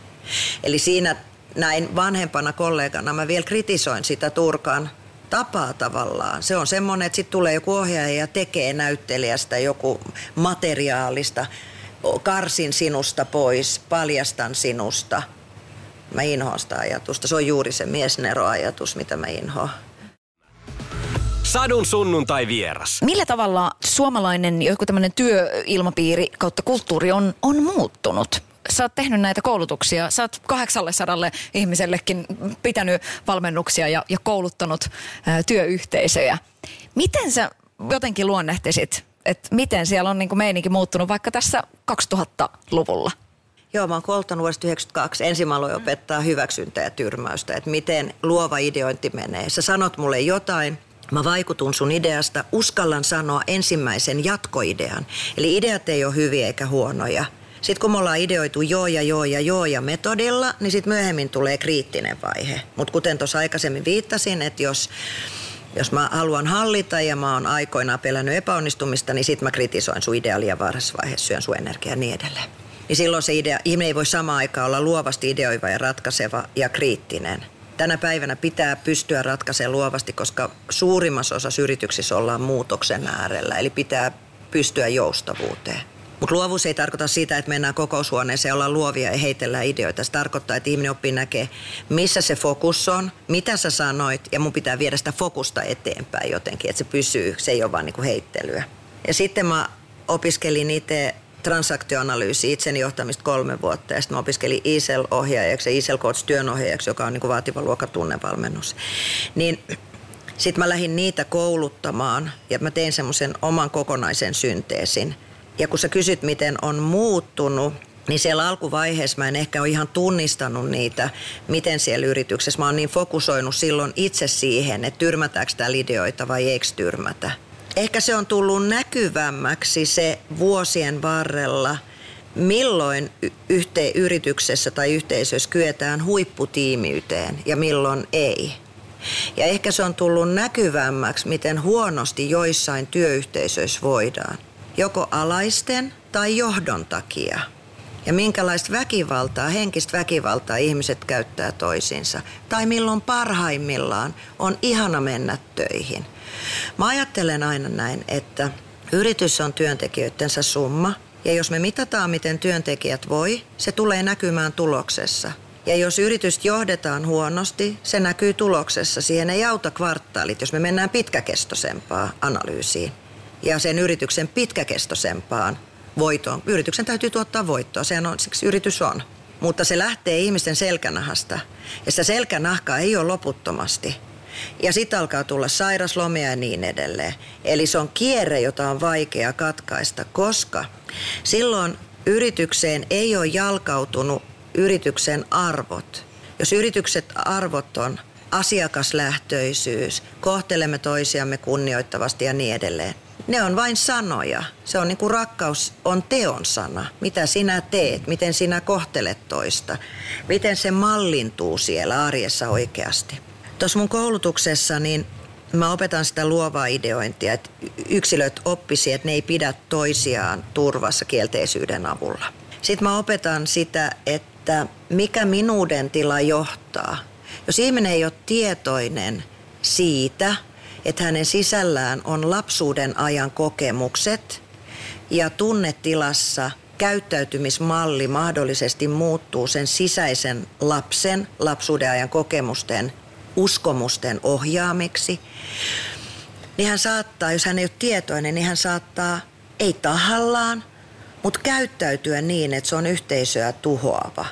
Eli siinä näin vanhempana kollegana mä vielä kritisoin sitä Turkan tapaa tavallaan. Se on semmoinen, että sitten tulee joku ohjaaja ja tekee näyttelijästä joku materiaalista. Karsin sinusta pois, paljastan sinusta. Mä inhoan sitä ajatusta. Se on juuri se miesnero-ajatus, mitä mä inhoan. Sadun sunnuntai vieras. Millä tavalla suomalainen joku tämmöinen työilmapiiri kautta kulttuuri on, on muuttunut? Sä oot tehnyt näitä koulutuksia, sä oot kahdeksansalle ihmisellekin pitänyt valmennuksia ja, ja kouluttanut ää, työyhteisöjä. Miten sä jotenkin luonnehtisit, että miten siellä on niin kuin meininki muuttunut vaikka tässä kaksituhattaluvulla? Joo, mä oon kouluttanut vuodesta yhdeksänkymmentäkaksi. Ensin mä aloin opettaa hyväksyntää ja tyrmäystä, että miten luova ideointi menee. Sä sanot mulle jotain, mä vaikutun sun ideasta, uskallan sanoa ensimmäisen jatkoidean. Eli ideat ei ole hyviä eikä huonoja. Sitten kun me ollaan ideoitu joo ja joo ja joo ja metodilla, niin sitten myöhemmin tulee kriittinen vaihe. Mutta kuten tuossa aikaisemmin viittasin, että jos, jos mä haluan hallita ja mä oon aikoinaan pelännyt epäonnistumista, niin sitten mä kritisoin sun ideaa liian varhaisessa vaiheessa, syön sun energiaa ja niin edelleen. Niin silloin se idea, ihminen ei voi samaan aikaan olla luovasti ideoiva ja ratkaiseva ja kriittinen. Tänä päivänä pitää pystyä ratkaisemaan luovasti, koska suurimmassa osassa yrityksissä ollaan muutoksen äärellä, eli pitää pystyä joustavuuteen. Mutta luovuus ei tarkoita sitä, että mennään kokoushuoneeseen ja ollaan luovia ja heitellään ideoita. Se tarkoittaa, että ihminen oppii näkee, missä se fokus on, mitä sä sanoit, ja mun pitää viedä sitä fokusta eteenpäin jotenkin, että se pysyy, se ei ole vaan niinku heittelyä. Ja sitten mä opiskelin itse transaktioanalyysi, itseni johtamista kolme vuotta, ja sitten mä opiskelin I S E L-ohjaajaksi ja I S E L-coach-työnohjaajaksi, joka on niinku vaativa luokan tunnevalmennus. Niin sitten mä lähdin niitä kouluttamaan, ja mä tein semmoisen oman kokonaisen synteesin. Ja kun sä kysyt, miten on muuttunut, niin siellä alkuvaiheessa mä en ehkä ole ihan tunnistanut niitä, miten siellä yrityksessä. Mä oon niin fokusoinut silloin itse siihen, että tyrmätäänkö täällä ideoita vai eikö tyrmätä. Ehkä se on tullut näkyvämmäksi se vuosien varrella, milloin yhteen yrityksessä tai yhteisössä kyetään huipputiimiyteen ja milloin ei. Ja ehkä se on tullut näkyvämmäksi, miten huonosti joissain työyhteisöissä voidaan. Joko alaisten tai johdon takia. Ja minkälaista väkivaltaa, henkistä väkivaltaa ihmiset käyttää toisiinsa. Tai milloin parhaimmillaan on ihana mennä töihin. Mä ajattelen aina näin, että yritys on työntekijöidensä summa. Ja jos me mitataan, miten työntekijät voi, se tulee näkymään tuloksessa. Ja jos yritystä johdetaan huonosti, se näkyy tuloksessa. Siihen ei auta kvartaalit, jos me mennään pitkäkestoisempaan analyysiin. Ja sen yrityksen pitkäkestoisempaan voitoon. Yrityksen täytyy tuottaa voittoa, sehän on, siksi yritys on. mutta se lähtee ihmisten selkänahasta. Ja sitä selkänahkaa ei ole loputtomasti. Ja sitten alkaa tulla sairaslomia ja niin edelleen. Eli se on kierre, jota on vaikea katkaista, koska silloin yritykseen ei ole jalkautunut yrityksen arvot. Jos yritykset arvot on asiakaslähtöisyys, kohtelemme toisiamme kunnioittavasti ja niin edelleen. Ne on vain sanoja. Se on niin kuin rakkaus on teon sana. Mitä sinä teet, miten sinä kohtelet toista, miten se mallintuu siellä arjessa oikeasti. Tuossa mun koulutuksessa niin mä opetan sitä luovaa ideointia, että yksilöt oppisi, että ne ei pidä toisiaan turvassa kielteisyyden avulla. Sitten mä opetan sitä, että mikä minuuden tila johtaa. Jos ihminen ei ole tietoinen siitä, että hänen sisällään on lapsuuden ajan kokemukset ja tunnetilassa käyttäytymismalli mahdollisesti muuttuu sen sisäisen lapsen lapsuuden ajan kokemusten uskomusten ohjaamiksi, niin hän saattaa, jos hän ei ole tietoinen, niin hän saattaa, ei tahallaan, mutta käyttäytyä niin, että se on yhteisöä tuhoava.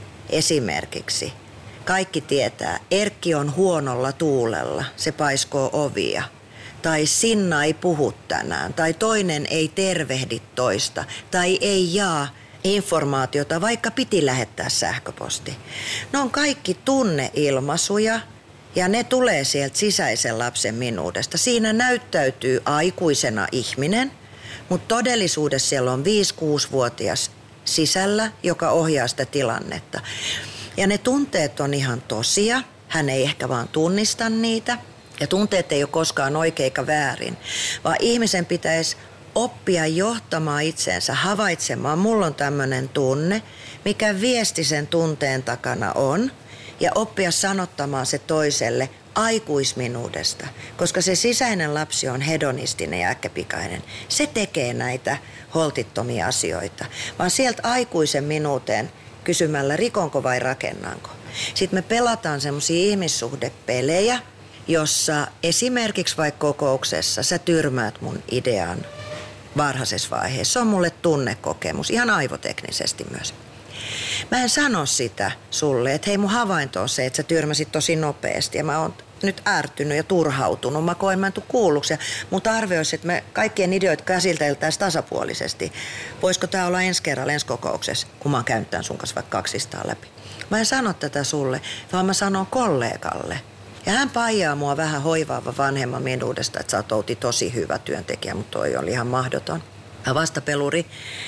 Esimerkiksi kaikki tietää, Erkki on huonolla tuulella, se paiskoo ovia. Tai Sinna ei puhu tänään, tai toinen ei tervehdi toista, tai ei jaa informaatiota, vaikka piti lähettää sähköposti. Ne on kaikki tunneilmaisuja, ja ne tulee sieltä sisäisen lapsen minuudesta. Siinä näyttäytyy aikuisena ihminen, mutta todellisuudessa siellä on viisi-kuusi-vuotias sisällä, joka ohjaa sitä tilannetta. Ja ne tunteet on ihan tosia. Hän ei ehkä vaan tunnista niitä. Ja tunteet ei ole koskaan oikein eikä väärin, vaan ihmisen pitäisi oppia johtamaan itseensä, havaitsemaan, mulla on tämmöinen tunne, mikä viesti sen tunteen takana on, ja oppia sanottamaan se toiselle aikuisminuudesta, koska se sisäinen lapsi on hedonistinen ja äkkäpikainen. Se tekee näitä holtittomia asioita, vaan sieltä aikuisen minuuteen kysymällä rikonko vai rakennanko. Sitten me pelataan semmoisia ihmissuhdepelejä, jossa esimerkiksi vaikka kokouksessa sä tyrmäät mun idean varhaisessa vaiheessa. Se on mulle tunnekokemus, ihan aivoteknisesti myös. Mä en sano sitä sulle, että hei mun havainto on se, että sä tyrmäsit tosi nopeasti ja mä oon nyt ärtynyt ja turhautunut. Mä koen, mä en tuu kuulluksi. Mutta arvioisin, että me kaikkien ideoita käsiteltäisiin tasapuolisesti. Voisiko tää olla ensi kerralla ensi kokouksessa, kun mä oon käynyt tämän sun kanssa vaikka kaksistaan läpi. Mä en sano tätä sulle, vaan mä sanon kollegalle. Ja hän paijaa mua vähän hoivaava vanhemman minuudesta, että sä oot Outi tosi hyvä työntekijä, mutta toi oli ihan mahdoton. Mä vastapeluri.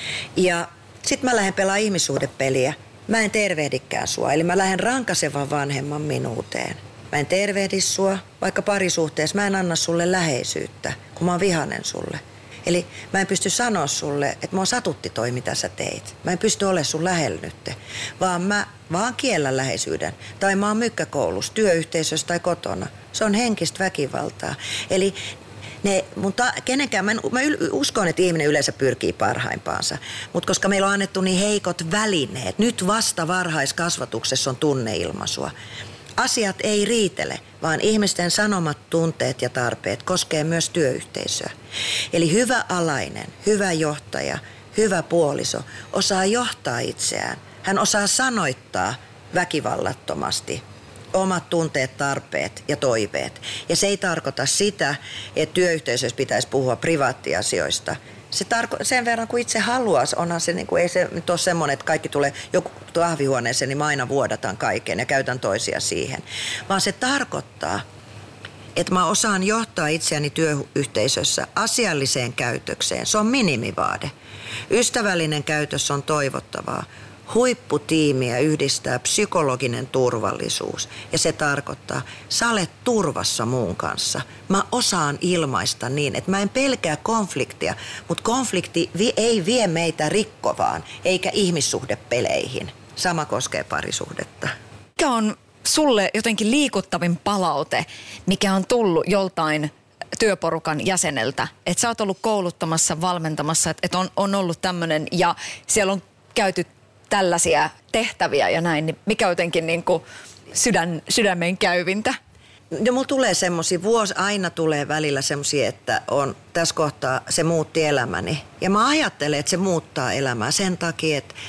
Ja sit mä lähden pelaamaan ihmissuhdepeliä. Mä en tervehdikään sua, eli mä lähden rankasevan vanhemman minuuteen. Mä en tervehdi sua, vaikka parisuhteessa mä en anna sulle läheisyyttä, kun mä oon vihanen sulle. Eli mä en pysty sanoa sulle, että mua satutti toi, mitä sä teit. Mä en pysty olemaan sun lähellä nyt, vaan mä vaan kiellän läheisyyden. Tai mä oon mykkäkoulussa, työyhteisössä tai kotona. Se on henkistä väkivaltaa. Eli ne, mutta kenenkään, mä, en, mä uskon, että ihminen yleensä pyrkii parhaimpaansa. Mutta koska meillä on annettu niin heikot välineet, nyt vasta varhaiskasvatuksessa on tunneilmaisua. Asiat ei riitele, vaan ihmisten sanomat tunteet ja tarpeet koskee myös työyhteisöä. Eli hyvä alainen, hyvä johtaja, hyvä puoliso osaa johtaa itseään. Hän osaa sanoittaa väkivallattomasti omat tunteet, tarpeet ja toiveet. Ja se ei tarkoita sitä, että työyhteisössä pitäisi puhua privaattiasioista. Se tarko- sen verran kuin itse haluaisi, onhan se, niin kuin, ei se nyt ole semmoinen, että kaikki tulee joku kahvihuoneeseen, niin mä aina vuodatan kaiken ja käytän toisia siihen. Vaan se tarkoittaa, että mä osaan johtaa itseäni työyhteisössä asialliseen käytökseen. Se on minimivaade. Ystävällinen käytös on toivottavaa. Huipputiimiä yhdistää psykologinen turvallisuus ja se tarkoittaa, sä olet turvassa muun kanssa. Mä osaan ilmaista niin, että mä en pelkää konfliktia, mutta konflikti vi- ei vie meitä rikkovaan eikä ihmissuhdepeleihin. Sama koskee parisuhdetta. Mikä on sulle jotenkin liikuttavin palaute, mikä on tullut joltain työporukan jäseneltä? Että sä oot ollut kouluttamassa, valmentamassa, että on, on ollut tämmöinen ja siellä on käyty tällaisia tehtäviä ja näin, niin mikä jotenkin niin kuin sydän, sydämen käyvintä? Ja mulla tulee semmosia, vuosi aina tulee välillä semmosia, että on tässä kohtaa se muutti elämäni. Ja mä ajattelen, että se muuttaa elämää sen takia, että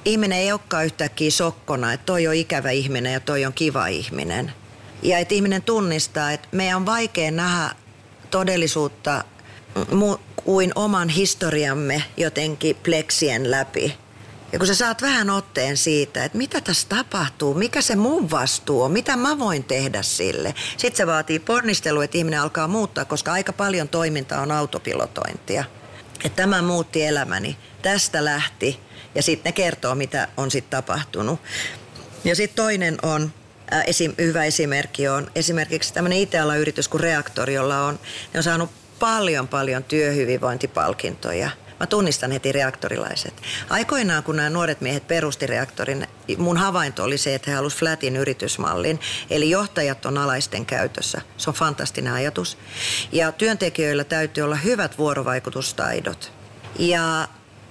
ihminen ei olekaan yhtäkkiä sokkona, että toi on ikävä ihminen ja toi on kiva ihminen. Ja että ihminen tunnistaa, että meidän on vaikea nähdä todellisuutta mu- kuin oman historiamme jotenkin pleksien läpi. Ja kun sä saat vähän otteen siitä, että mitä tässä tapahtuu, mikä se mun vastuu on, mitä mä voin tehdä sille. Sitten se vaatii ponnistelua, että ihminen alkaa muuttaa, koska aika paljon toiminta on autopilotointia. Että tämä muutti elämäni, tästä lähti ja sitten ne kertoo, mitä on sitten tapahtunut. Ja sitten toinen on, äh, esim, hyvä esimerkki on esimerkiksi tämmöinen I T-alan yritys kuin Reaktori, jolla on, ne on saanut paljon paljon työhyvinvointipalkintoja. Mä tunnistan heti reaktorilaiset. Aikoinaan, kun nämä nuoret miehet perusti Reaktorin, mun havainto oli se, että he halusivat flatin yritysmallin. Eli johtajat on alaisten käytössä. Se on fantastinen ajatus. Ja työntekijöillä täytyy olla hyvät vuorovaikutustaidot. Ja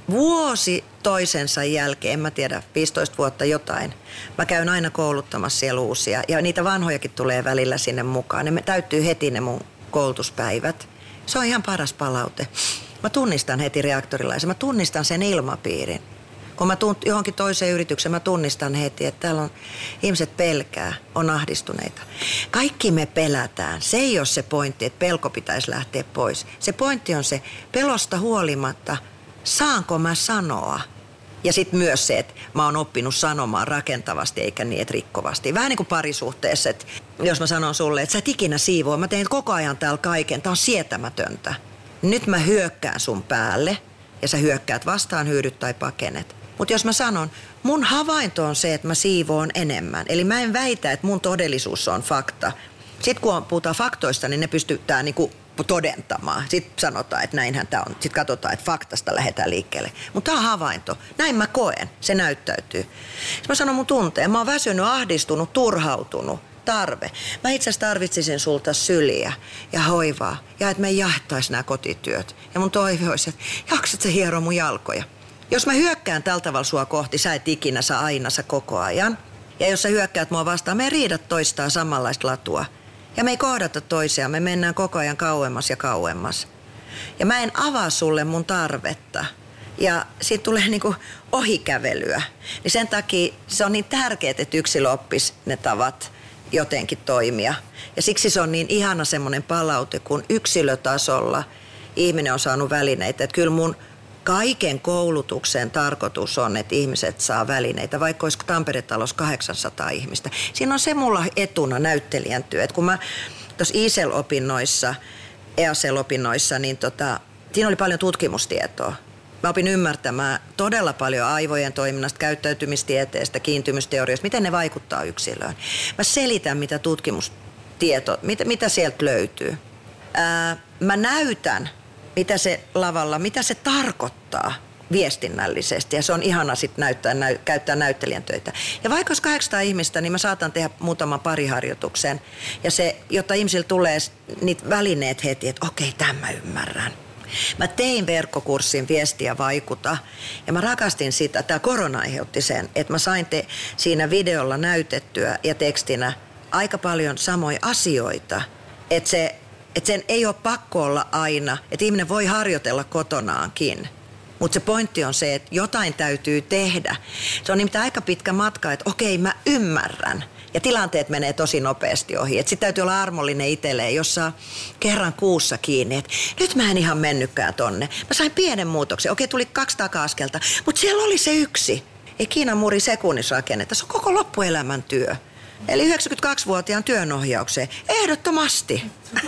vuosi toisensa jälkeen, en mä tiedä, viisitoista vuotta jotain, mä käyn aina kouluttamassa siellä uusia. Ja niitä vanhojakin tulee välillä sinne mukaan. Ne täyttyy heti ne mun koulutuspäivät. Se on ihan paras palaute. Mä tunnistan heti reaktorilaisen, mä tunnistan sen ilmapiirin. Kun mä tuun johonkin toiseen yritykseen, mä tunnistan heti, että täällä on ihmiset pelkää, on ahdistuneita. Kaikki me pelätään. Se ei ole se pointti, että pelko pitäisi lähteä pois. Se pointti on se, pelosta huolimatta, saanko mä sanoa? Ja sitten myös se, että mä oon oppinut sanomaan rakentavasti eikä niin, että rikkovasti. Vähän niin kuin parisuhteessa, että jos mä sanon sulle, että sä et ikinä siivoa, mä teen koko ajan täällä kaiken, tää on sietämätöntä. Nyt mä hyökkään sun päälle ja sä hyökkäät vastaan, hyydyt tai pakenet. Mutta jos mä sanon, mun havainto on se, että mä siivoon enemmän. Eli mä en väitä, että mun todellisuus on fakta. Sitten kun puhutaan faktoista, niin ne pystytään niinku todentamaan. Sitten sanotaan, että näinhän tää on. Sitten katsotaan, että faktasta lähdetään liikkeelle. Mutta tää on havainto. Näin mä koen. Se näyttäytyy. Sitten mä sanon mun tunteen. Mä oon väsynyt, ahdistunut, turhautunut. Tarve. Mä itse asiassa tarvitsisin sulta syliä ja hoivaa ja että me jaettaisiin nämä kotityöt. Ja mun toive olisi, että jaksat sä hieroa mun jalkoja. Jos mä hyökkään tällä tavalla sua kohti, sä et ikinä, sä aina, sä koko ajan. Ja jos sä hyökkäät mua vastaan, me ei riidat toistaa samanlaista latua. Ja me ei kohdata toisiaan, me mennään koko ajan kauemmas ja kauemmas. Ja mä en avaa sulle mun tarvetta. Ja siitä tulee niinku ohikävelyä. Niin sen takia se on niin tärkeää, että yksilö oppisi ne tavat jotenkin toimia. Ja siksi se on niin ihana semmoinen palaute, kun yksilötasolla ihminen on saanut välineitä. Että kyllä mun kaiken koulutuksen tarkoitus on, että ihmiset saa välineitä, vaikka olisi Tampere-talossa kahdeksansataa ihmistä. Siinä on se mulla etuna näyttelijän työ. Että kun mä tuossa I S E L-opinnoissa, E A S E L-opinnoissa, niin tota, siinä oli paljon tutkimustietoa. Mä opin ymmärtämään todella paljon aivojen toiminnasta, käyttäytymistieteestä, kiintymysteoriasta, miten ne vaikuttaa yksilöön. Mä selitän, mitä tutkimustieto, mitä, mitä sieltä löytyy. Ää, mä näytän, mitä se lavalla, mitä se tarkoittaa viestinnällisesti. Ja se on ihana sitten näyttää, näy, käyttää näyttelijän töitä. Ja vaikka olisi kahdeksansataa ihmistä, niin mä saatan tehdä muutaman pariharjoituksen. Ja se, jotta ihmisillä tulee niitä välineet heti, että okei, tämän mä ymmärrän. Mä tein verkkokurssin Viesti ja vaikuta ja mä rakastin sitä, tämä korona aiheutti sen, että mä sain te siinä videolla näytettyä ja tekstinä aika paljon samoja asioita. Että se, et sen ei ole pakko olla aina, että ihminen voi harjoitella kotonaankin. Mutta se pointti on se, että jotain täytyy tehdä. Se on nimittäin aika pitkä matka, että okei, mä ymmärrän. Ja tilanteet menee tosi nopeasti ohi. Sitten täytyy olla armollinen itselleen, jos saa kerran kuussa kiinni. Et nyt mä en ihan mennytkään tonne. Mä sain pienen muutoksen. Okei, tuli kaksi taka-askelta. Mutta siellä oli se yksi. Ei Kiinan muuri sekunnissa rakenneta. Se on koko loppuelämän työ. Eli yhdeksänkymmentäkaksivuotiaan työnohjaukseen. Ehdottomasti.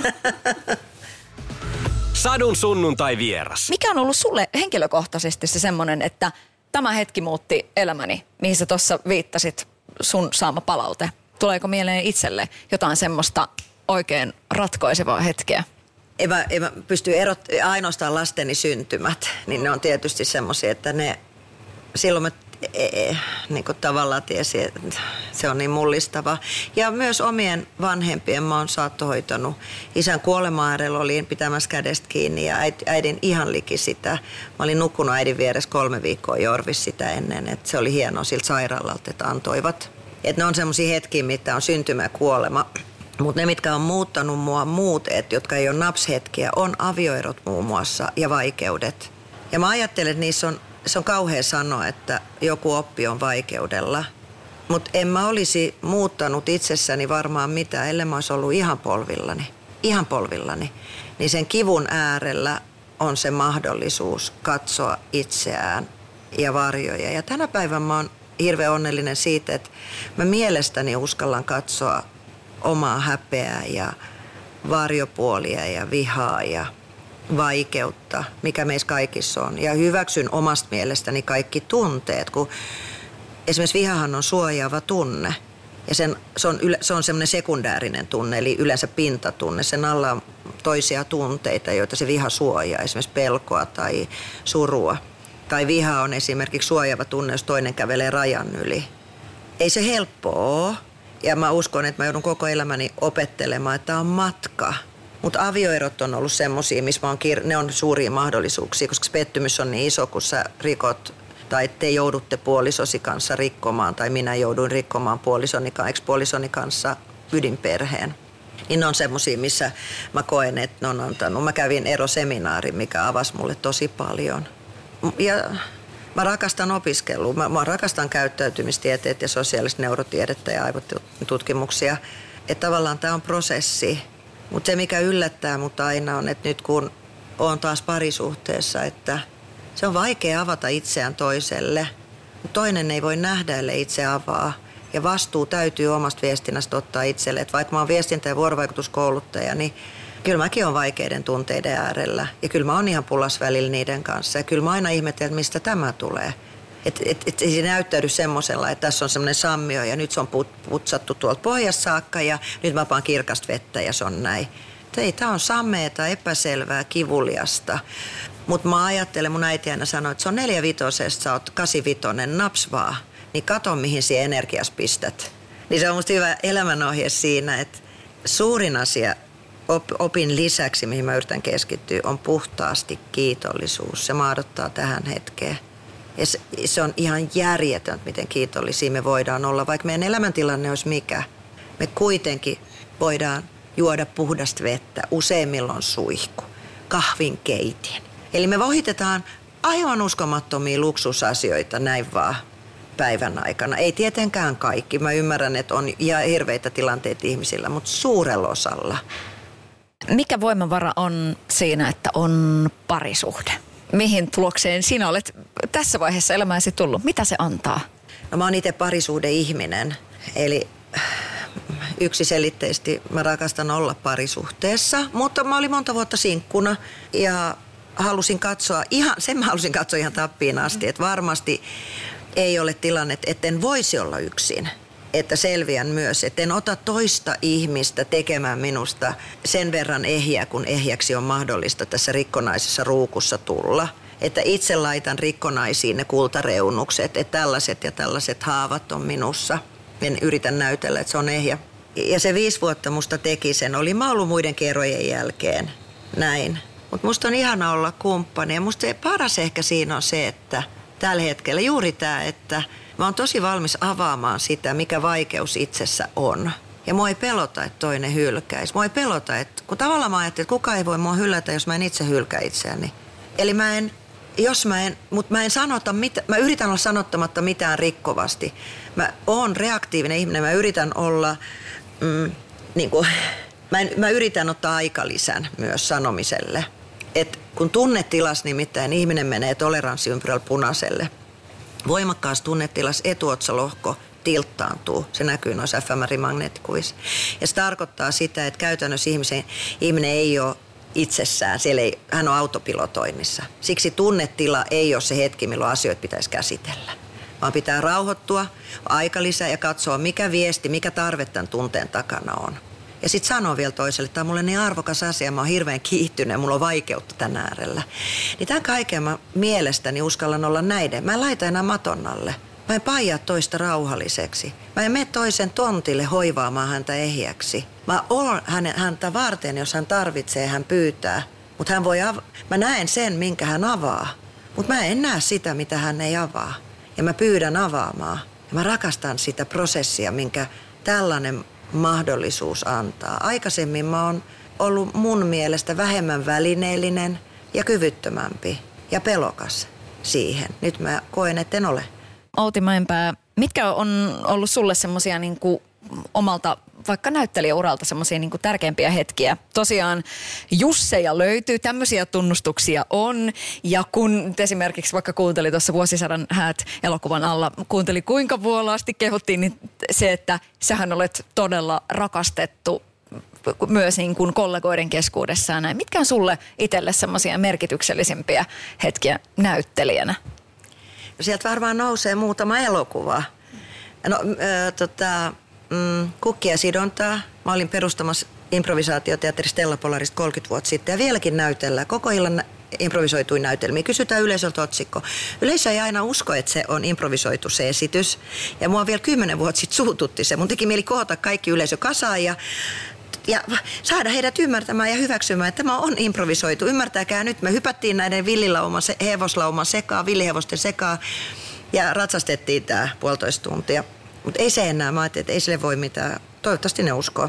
Sadun sunnuntai vieras. Mikä on ollut sulle henkilökohtaisesti se semmoinen, että tämä hetki muutti elämäni, mihin sä tuossa viittasit, sun saama palaute? Tuleeko mieleen itselle jotain semmoista oikein ratkaisevaa hetkeä? En mä, en mä pysty erot, ainoastaan lasteni syntymät, niin ne on tietysti semmoisia, että ne silloin mä e, e, niin kuin tavallaan tiesin, että se on niin mullistava. Ja myös omien vanhempien mä oon saattohoitanut. Isän kuoleman äärellä olin pitämässä kädestä kiinni ja äidin ihan liki sitä. Mä olin nukkunut äidin vieressä kolme viikkoa Jorvis sitä ennen, että se oli hienoa siltä sairaalalta, että antoivat. Että ne on semmoisia hetkiä, mitä on syntymä ja kuolema. Mutta ne, mitkä on muuttanut mua muut, et, jotka ei ole napshetkiä, on avioerot muun muassa ja vaikeudet. Ja mä ajattelen, että niissä on se on kauhea sanoa, että joku oppi on vaikeudella. Mutta en mä olisi muuttanut itsessäni varmaan mitään, ellei mä olisi ollut ihan polvillani. Ihan polvillani. Niin sen kivun äärellä on se mahdollisuus katsoa itseään ja varjoja. Ja tänä päivänä mä oon hirveän onnellinen siitä, että mä mielestäni uskallan katsoa omaa häpeää ja varjopuolia ja vihaa ja vaikeutta, mikä meissä kaikissa on. Ja hyväksyn omasta mielestäni kaikki tunteet, kun esimerkiksi vihahan on suojaava tunne. Ja sen, se on, se on semmoinen sekundäärinen tunne, eli yleensä pintatunne. Sen alla on toisia tunteita, joita se viha suojaa, esimerkiksi pelkoa tai surua. Tai viha on esimerkiksi suojaava tunne, jos toinen kävelee rajan yli. Ei se helppoa ole. Ja mä uskon, että mä joudun koko elämäni opettelemaan, että tämä on matka. Mutta avioerot on ollut semmosia, missä mä oon kir- ne on suuria mahdollisuuksia, koska pettymys on niin iso, kun sä rikot tai te joudutte puolisosi kanssa rikkomaan, tai minä jouduin rikkomaan puolisoni, ex-puolisoni kanssa ydinperheen. Niin ne on semmosia, missä mä koen, että ne on antanut. Mä kävin eroseminaari, mikä avasi mulle tosi paljon. Ja mä rakastan opiskelua. Mä, mä rakastan käyttäytymistieteet ja sosiaalista neurotiedettä ja aivotutkimuksia. Että tavallaan tää on prosessi. Mutta se, mikä yllättää mut aina on, että nyt kun oon taas parisuhteessa, että se on vaikea avata itseään toiselle. Toinen ei voi nähdä, ellei itse avaa. Ja vastuu täytyy omasta viestinnästä ottaa itselle. Et vaikka mä oon viestintä- ja vuorovaikutuskouluttaja, niin kyllä mäkin oon vaikeiden tunteiden äärellä. Ja kyllä mä oon ihan pulas välillä niiden kanssa. Ja kyllä mä aina ihmettelen, että mistä tämä tulee. Että et, et, et se näyttäydy semmosella, että tässä on semmoinen sammio ja nyt se on put, putsattu tuolta pohjasta saakka ja nyt mä paan kirkasta vettä ja se on näin. Ei, tää on sameeta, epäselvää, kivuliasta. Mutta mä ajattelen, mun äiti aina sanoi, että se on neljävitosesta, sä oot kasivitonen, naps vaan. Niin kato, mihin sinä energias pistät. Niin se on musta hyvä elämänohje siinä, että suurin asia op, opin lisäksi, mihin mä yritän keskittyä, on puhtaasti kiitollisuus. Se mahdottaa tähän hetkeen. Ja se, se on ihan järjetöntä, miten kiitollisia me voidaan olla. Vaikka meidän elämäntilanne olisi mikä, me kuitenkin voidaan juoda puhdasta vettä. Useimmillaan suihku, kahvin keitin. Eli me vohitetaan aivan uskomattomia luksusasioita näin vaan päivän aikana. Ei tietenkään kaikki. Mä ymmärrän, että on ja hirveitä tilanteita ihmisillä, mutta suurella osalla. Mikä voimavara on siinä, että on parisuhde? Mihin tulokseen sinä olet tässä vaiheessa elämääsi tullut? Mitä se antaa? No mä oon itse parisuhdeihminen. Eli yksiselitteisesti mä rakastan olla parisuhteessa, mutta mä olin monta vuotta sinkkuna ja halusin katsoa, ihan, sen mä halusin katsoa ihan tappiin asti, että varmasti ei ole tilanne, että en voisi olla yksin. Että selviän myös, että en ota toista ihmistä tekemään minusta sen verran ehjää, kun ehjäksi on mahdollista tässä rikkonaisessa ruukussa tulla. Että itse laitan rikkonaisiin ne kultareunukset, että tällaiset ja tällaiset haavat on minussa. En yritä näytellä, että se on ehjä. Ja se viisi vuotta musta teki sen. Olin mä ollut muiden kerrojen jälkeen näin. Mutta musta on ihana olla kumppani ja musta paras ehkä siinä on se, että tällä hetkellä juuri tämä, että mä oon tosi valmis avaamaan sitä, mikä vaikeus itsessä on. Ja mua ei pelota, että toinen hylkäisi. Mua ei pelota, että kun tavallaan mä ajattelin, että kukaan ei voi mua hylätä, jos mä en itse hylkää itseäni. Eli mä en, jos mä en, mutta mä en sanota, mit, mä yritän olla sanottamatta mitään rikkovasti. Mä oon reaktiivinen ihminen, mä yritän olla, mm, niin kuin, mä, en, mä yritän ottaa aikalisän myös sanomiselle. Et kun tunnetilas nimittäin ihminen menee toleranssiympyrällä punaiselle, voimakkaassa tunnetilas etuotsalohko tilttaantuu. Se näkyy noissa F M R-magneettikuvissa. Ja se tarkoittaa sitä, että käytännössä ihmisen, ihminen ei ole itsessään, siellä ei, hän on autopilotoinnissa. Siksi tunnetila ei ole se hetki, milloin asioita pitäisi käsitellä. Vaan pitää rauhoittua, aikalisä ja katsoa, mikä viesti, mikä tarve tämän tunteen takana on. Ja sitten sanoo vielä toiselle, että tämä on mulle niin arvokas asia, mä oon hirveän kiihtynyt ja mulla on vaikeutta tän äärellä. Niin tämän kaiken mä mielestäni uskallan olla näiden. Mä en laita enää maton alle. Mä en paijaa toista rauhalliseksi. Mä en mene toisen tontille hoivaamaan häntä ehjäksi. Mä oon häntä varten, jos hän tarvitsee, hän pyytää. Mutta hän voi av- mä näen sen, minkä hän avaa. Mutta mä en näe sitä, mitä hän ei avaa. Ja mä pyydän avaamaan. Ja mä rakastan sitä prosessia, minkä tällainen mahdollisuus antaa. Aikaisemmin mä oon ollut mun mielestä vähemmän välineellinen ja kyvyttömämpi ja pelokas. siihen. Nyt mä koen, että en ole. Outi Mäenpää, mitkä on ollut sulle semmoisia niin kuin omalta vaikka näyttelijäuralta semmoisia niin kuin tärkeimpiä hetkiä? Tosiaan Jusseja löytyy, tämmöisiä tunnustuksia on. Ja kun esimerkiksi vaikka kuunteli tuossa Vuosisadan häät elokuvan alla, kuunteli kuinka vuolaasti kehuttiin, niin se, että sähän olet todella rakastettu myös niin kuin kollegoiden keskuudessa. Näin. Mitkä on sulle itselle semmoisia merkityksellisimpiä hetkiä näyttelijänä? Sieltä varmaan nousee muutama elokuva. No, äh, tota, mm, Kukkia sidontaa. Mä olin perustamassa improvisaatioteatteri Stella Polarista kolmekymmentä vuotta sitten ja vieläkin näytellään. Koko illan improvisoitui näytelmiä. Kysytään yleisöltä otsikko. Yleisö ei aina usko, että se on improvisoitu se esitys. Ja mua vielä kymmenen vuotta sitten suututti se. Mun teki mieli koota kaikki yleisö kasaan ja Ja saada heidät ymmärtämään ja hyväksymään, että tämä on improvisoitu. Ymmärtääkää nyt, me hypättiin näiden villilauman, hevoslauman sekaan, villihevosten sekaan ja ratsastettiin tämä puolitoista tuntia. Mutta ei se enää, mä ajattelin, että ei sille voi mitään. Toivottavasti ne uskoo.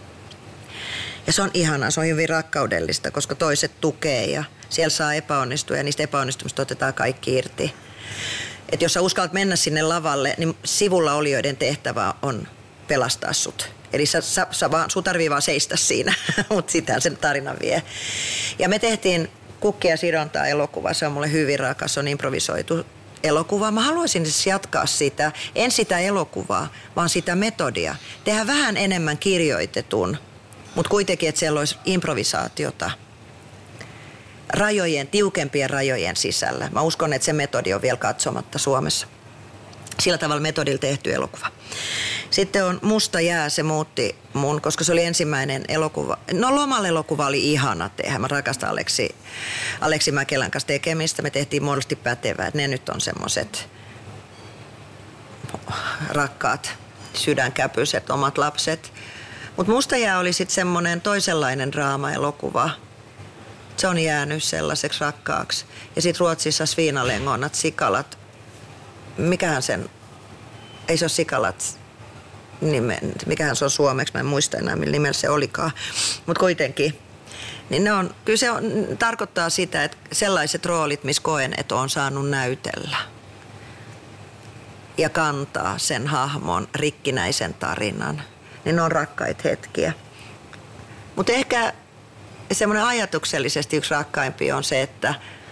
Ja se on ihanaa, se on hyvin rakkaudellista, koska toiset tukee ja siellä saa epäonnistua ja niistä epäonnistumista otetaan kaikki irti. Että jos sä uskallat mennä sinne lavalle, niin sivulla olijoiden tehtävä on pelastaa sut. Eli sä, sä, sä vaan, sun tarvii vaan seistä siinä, mutta sitähän sen tarina vie. Ja me tehtiin Kukkia sidontaa elokuva, se on mulle hyvin rakas, se on improvisoitu elokuva. Mä haluaisin siis jatkaa sitä, en sitä elokuvaa, vaan sitä metodia. Tehdä vähän enemmän kirjoitetun, mutta kuitenkin, että siellä olisi improvisaatiota rajojen, tiukempien rajojen sisällä. Mä uskon, että se metodi on vielä katsomatta Suomessa. Sillä tavalla metodilla tehty elokuva. Sitten on Musta jää, se muutti mun, koska se oli ensimmäinen elokuva. No Lomalle elokuva oli ihana tehdä. Mä rakastan Aleksi, Aleksi Mäkelän kanssa tekemistä. Me tehtiin muodollisesti pätevää. Ne nyt on semmoiset rakkaat sydänkäpyset, omat lapset. Mutta Musta jää oli sitten semmoinen toisenlainen draama-elokuva. Se on jäänyt sellaiseksi rakkaaksi. Ja sitten Ruotsissa Sviinalengonat, sikalat. Mikähän sen, ei se ole sikalat nimen, mikähän se on suomeksi, mä en muista enää millä nimellä se olikaan, mutta kuitenkin. Niin ne on, kyllä se on, tarkoittaa sitä, että sellaiset roolit, missä koen, että on saanut näytellä ja kantaa sen hahmon rikkinäisen tarinan, niin ne on rakkaita hetkiä. Mutta ehkä semmoinen ajatuksellisesti yksi rakkaimpia on se, että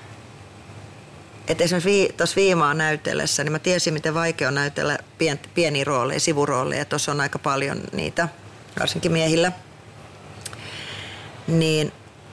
Että esimerkiksi tuossa Viimaa näytellessä, niin mä tiesin, miten vaikea on näytellä pien, pieniä rooleja, sivurooleja. Tuossa on aika paljon niitä, varsinkin miehillä. Niin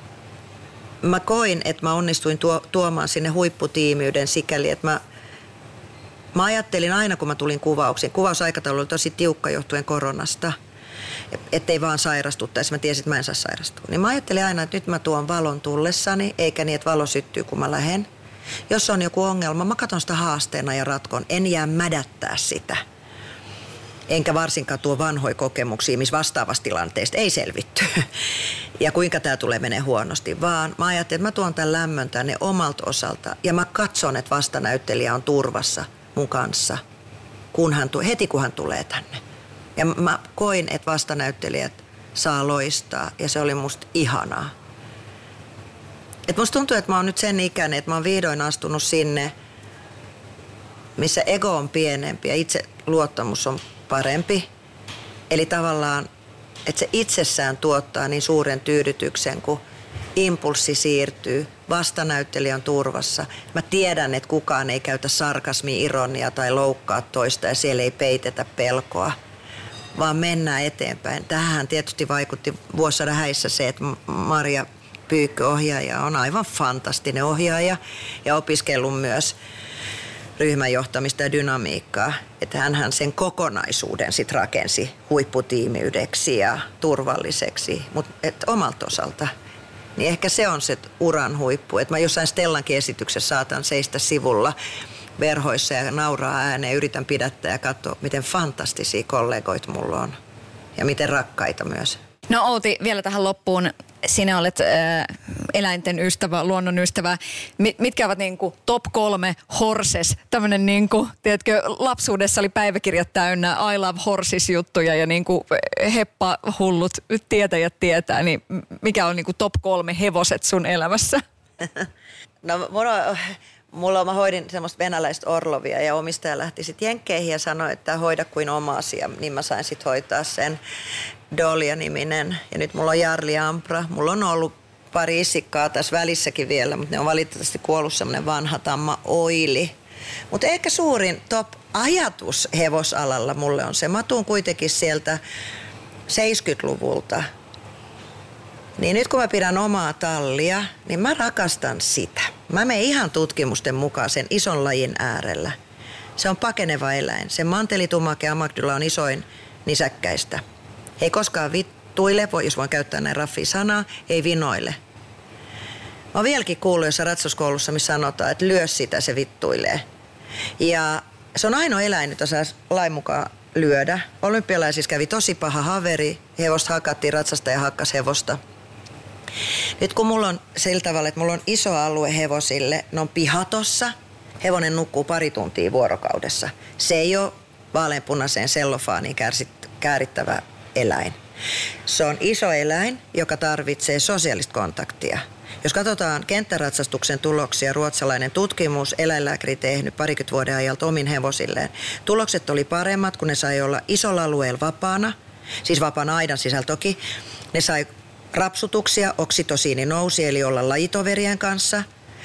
mä koin, että mä onnistuin tuo, tuomaan sinne huipputiimiyden sikäli, että mä, mä ajattelin aina, kun mä tulin kuvauksiin. Kuvausaikataulu oli tosi tiukka johtuen koronasta, ettei vaan sairastuttaisi. Mä tiesin, että mä en saa sairastua. Niin mä ajattelin aina, että nyt mä tuon valon tullessani, eikä niin, että valo syttyy, kun mä lähden. Jos on joku ongelma, mä katson sitä haasteena ja ratkon. En jää mädättää sitä. Enkä varsinkaan tuo vanhoja kokemuksia, missä vastaavasta tilanteesta ei selvitty. Ja kuinka tämä tulee menee huonosti. Vaan mä ajattelin, että mä tuon tämän lämmön tänne omalta osalta. Ja mä katson, että vastanäyttelijä on turvassa mun kanssa, kun hän, heti kun hän tulee tänne. Ja mä koin, että vastanäyttelijät saa loistaa. Ja se oli musta ihanaa. Et musta tuntuu, että mä oon nyt sen ikäinen, että mä oon vihdoin astunut sinne, missä ego on pienempi ja itse luottamus on parempi. Eli tavallaan, että se itsessään tuottaa niin suuren tyydytyksen, kun impulssi siirtyy, vastanäyttelijä on turvassa. Mä tiedän, että kukaan ei käytä sarkasmia, ironiaa tai loukkaa toista ja siellä ei peitetä pelkoa, vaan mennään eteenpäin. Tähän tietysti vaikutti Vuosisadan häissä se, että Maria Pyykkö ohjaaja on aivan fantastinen ohjaaja ja opiskellut myös ryhmänjohtamista ja dynamiikkaa. Että hänhän sen kokonaisuuden sit rakensi huipputiimiydeksi ja turvalliseksi, mutta omalta osalta. Niin ehkä se on se uran huippu. Että mä jossain Stellankin esityksessä saatan seistä sivulla verhoissa ja nauraa ääneen, yritän pidättää ja katsoa, miten fantastisia kollegoita mulla on ja miten rakkaita myös. No Outi, vielä tähän loppuun. Sinä olet äh, eläinten ystävä, luonnon ystävä. Mitkä ovat niinku top kolme horses? Tämmöinen niinku, tiedätkö, lapsuudessa oli päiväkirjat täynnä I love horses -juttuja ja niinku heppa hullut tietäjät tietää. Niin mikä on niinku top kolme hevoset sun elämässä? No mulla on, mulla mä hoidin semmoista venäläistä Orlovia ja omistaja lähti sitten jenkkeihin ja sanoi, että hoida kuin oma asia. Niin mä sain sitten hoitaa sen Dolia-niminen. Ja nyt mulla on Jarli Ampra. Mulla on ollut pari isikkaa tässä välissäkin vielä, mutta ne on valitettavasti kuollut semmoinen vanha tamma Oili. Mutta ehkä suurin top-ajatus hevosalalla mulle on se. Mä tuun kuitenkin sieltä seitsemänkymmentäluvulta. Niin nyt kun mä pidän omaa tallia, niin mä rakastan sitä. Mä menen ihan tutkimusten mukaan sen ison lajin äärellä. Se on pakeneva eläin. Se mantelitumake amagdyla on isoin nisäkkäistä. Ei koskaan vittuile, jos voin käyttää näin raffia sanaa, ei vinoile. Mä oon vieläkin kuullut jossain ratsastuskoulussa, missä sanotaan, että lyö sitä, se vittuilee. Ja se on ainoa eläin, jota saa lain mukaan lyödä. Olympialaisissa kävi tosi paha haveri. Hevosta hakattiin, ratsastaja hakkas hevosta. Nyt kun mulla on sillä tavalla, että mulla on iso alue hevosille, ne on pihatossa. Hevonen nukkuu pari tuntia vuorokaudessa. Se ei ole vaaleanpunaiseen sellofaaniin käärittävä eläin. Se on iso eläin, joka tarvitsee sosiaalista kontaktia. Jos katsotaan kenttäratsastuksen tuloksia, ruotsalainen tutkimus, eläinlääkäri tehnyt parikymmentä vuoden ajalta omin hevosilleen. Tulokset oli paremmat, kun ne sai olla isolla alueella vapaana, siis vapaana aidan sisällä toki. Ne sai rapsutuksia, oksitosiini nousi, eli olla lajitoverien kanssa.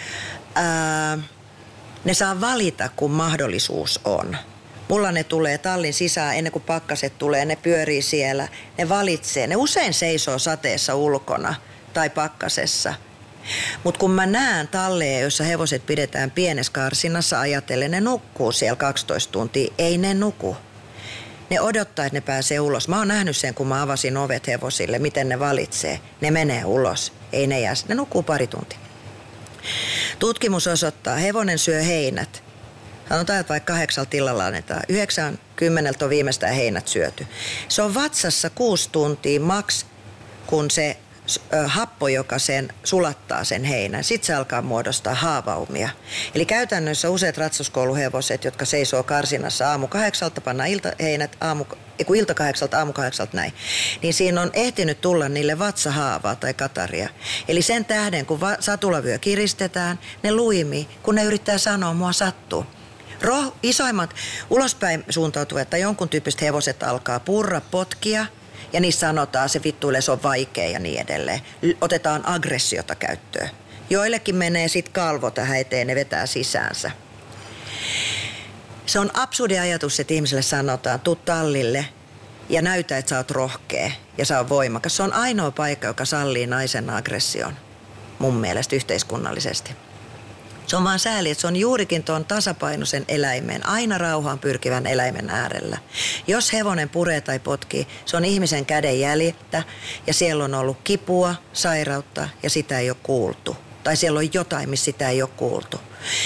Ää, ne saa valita, kun mahdollisuus on. Mulla ne tulee tallin sisään ennen kuin pakkaset tulee, ne pyörii siellä, ne valitsee. Ne usein seisoo sateessa ulkona tai pakkasessa. Mutta kun mä näen talleja, joissa hevoset pidetään pienessä karsinnassa, ajatellen, ne nukkuu siellä kaksitoista tuntia, ei ne nuku. Ne odottaa, että ne pääsee ulos. Mä oon nähnyt sen, kun mä avasin ovet hevosille, miten ne valitsee. Ne menee ulos, ei ne jää. Ne nukkuu pari tuntia. Tutkimus osoittaa, hevonen syö heinät. Sanotaan, että vaikka kahdeksalta illalla annetaan. Yhdeksänkymmeneltä on viimeistään heinät syöty. Se on vatsassa kuusi tuntia maks, kun se happo, joka sen sulattaa sen heinän. Sitten se alkaa muodostaa haavaumia. Eli käytännössä useat ratsastuskouluhevoset, jotka seisoo karsinassa aamu kahdeksalta, pannaan iltaheinät aamu, kun ilta kahdeksalta, aamu kahdeksalta näin, niin siinä on ehtinyt tulla niille vatsahaavaa tai kataria. Eli sen tähden, kun va- satulavyö kiristetään, ne luimii, kun ne yrittää sanoa, mua sattuu. Roh- isoimmat ulospäin suuntautuvat tai jonkun tyyppiset hevoset alkaa purra, potkia, ja niissä sanotaan, se vittuille, se on vaikea ja niin edelleen. Otetaan aggressiota käyttöön. Joillekin menee sitten kalvo tähän eteen, ne vetää sisäänsä. Se on absurdi ajatus, että ihmiselle sanotaan, tuu tallille ja näytä, että sä oot rohkea ja sä oot voimakas. Se on ainoa paikka, joka sallii naisen aggression, mun mielestä yhteiskunnallisesti. Se on vaan sääli, että se on juurikin tuon tasapainoisen eläimen, aina rauhaan pyrkivän eläimen äärellä. Jos hevonen puree tai potkii, se on ihmisen käden jäljiltä ja siellä on ollut kipua, sairautta ja sitä ei ole kuultu. Tai siellä on jotain, missä sitä ei ole kuultu.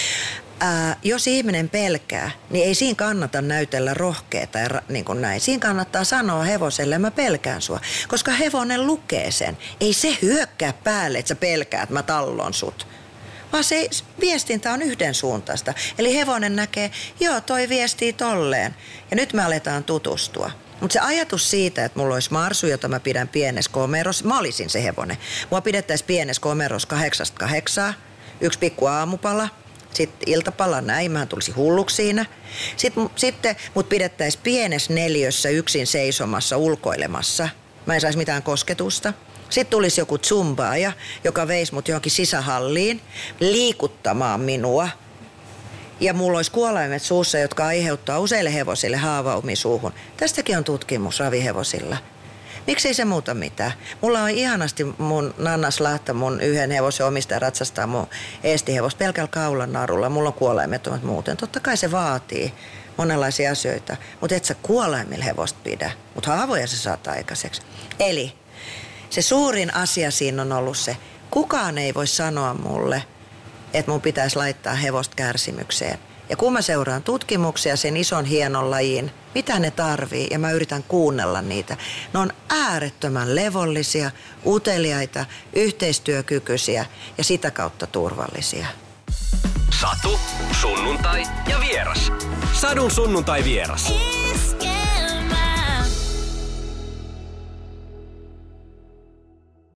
Ää, jos ihminen pelkää, niin ei siinä kannata näytellä rohkeata ja niin kuin näin. Siinä kannattaa sanoa hevoselle, mä pelkään sua, koska hevonen lukee sen. Ei se hyökkää päälle, että sä pelkäät, mä tallon sut. Vaan se viestintä on yhdensuuntaista. Eli hevonen näkee, joo, toi viestii tolleen. Ja nyt me aletaan tutustua. Mutta se ajatus siitä, että mulla olisi marsu, jota mä pidän pienessä komerossa, mä olisin se hevonen. Mua pidettäisiin pienessä komerossa kahdeksasta kahdeksaa, yksi pikku aamupala, sitten iltapala näin, mä tulisin hulluksi siinä. Sitten, sitten mut pidettäisiin pienessä neliössä yksin seisomassa, ulkoilemassa. Mä en saisi mitään kosketusta. Sitten tulisi joku zumbaaja, joka veisi mut johonkin sisähalliin liikuttamaan minua. Ja mulla olisi kuolaimet suussa, jotka aiheuttaa useille hevosille haavaumia suuhun. Tästäkin on tutkimus ravihevosilla. Miksei se muuta mitään? Mulla on ihanasti mun Nannas Lahta, mun yhden hevosen omistaja ratsastaa mun eestihevos pelkällä kaulan narulla. Mulla on kuolaimettomat muuten. Totta kai se vaatii monenlaisia asioita, mutta et sä kuolaimilla hevosta pidä. Mutta haavoja se saat aikaiseksi. Eli se suurin asia siinä on ollut se, kukaan ei voi sanoa mulle, että mun pitäisi laittaa hevosta kärsimykseen. Ja kun mä seuraan tutkimuksia sen ison hienon lajin, mitä ne tarvii, ja mä yritän kuunnella niitä. Ne on äärettömän levollisia, uteliaita, yhteistyökykyisiä ja sitä kautta turvallisia. Satu, sunnuntai ja vieras. Sadun sunnuntai vieras.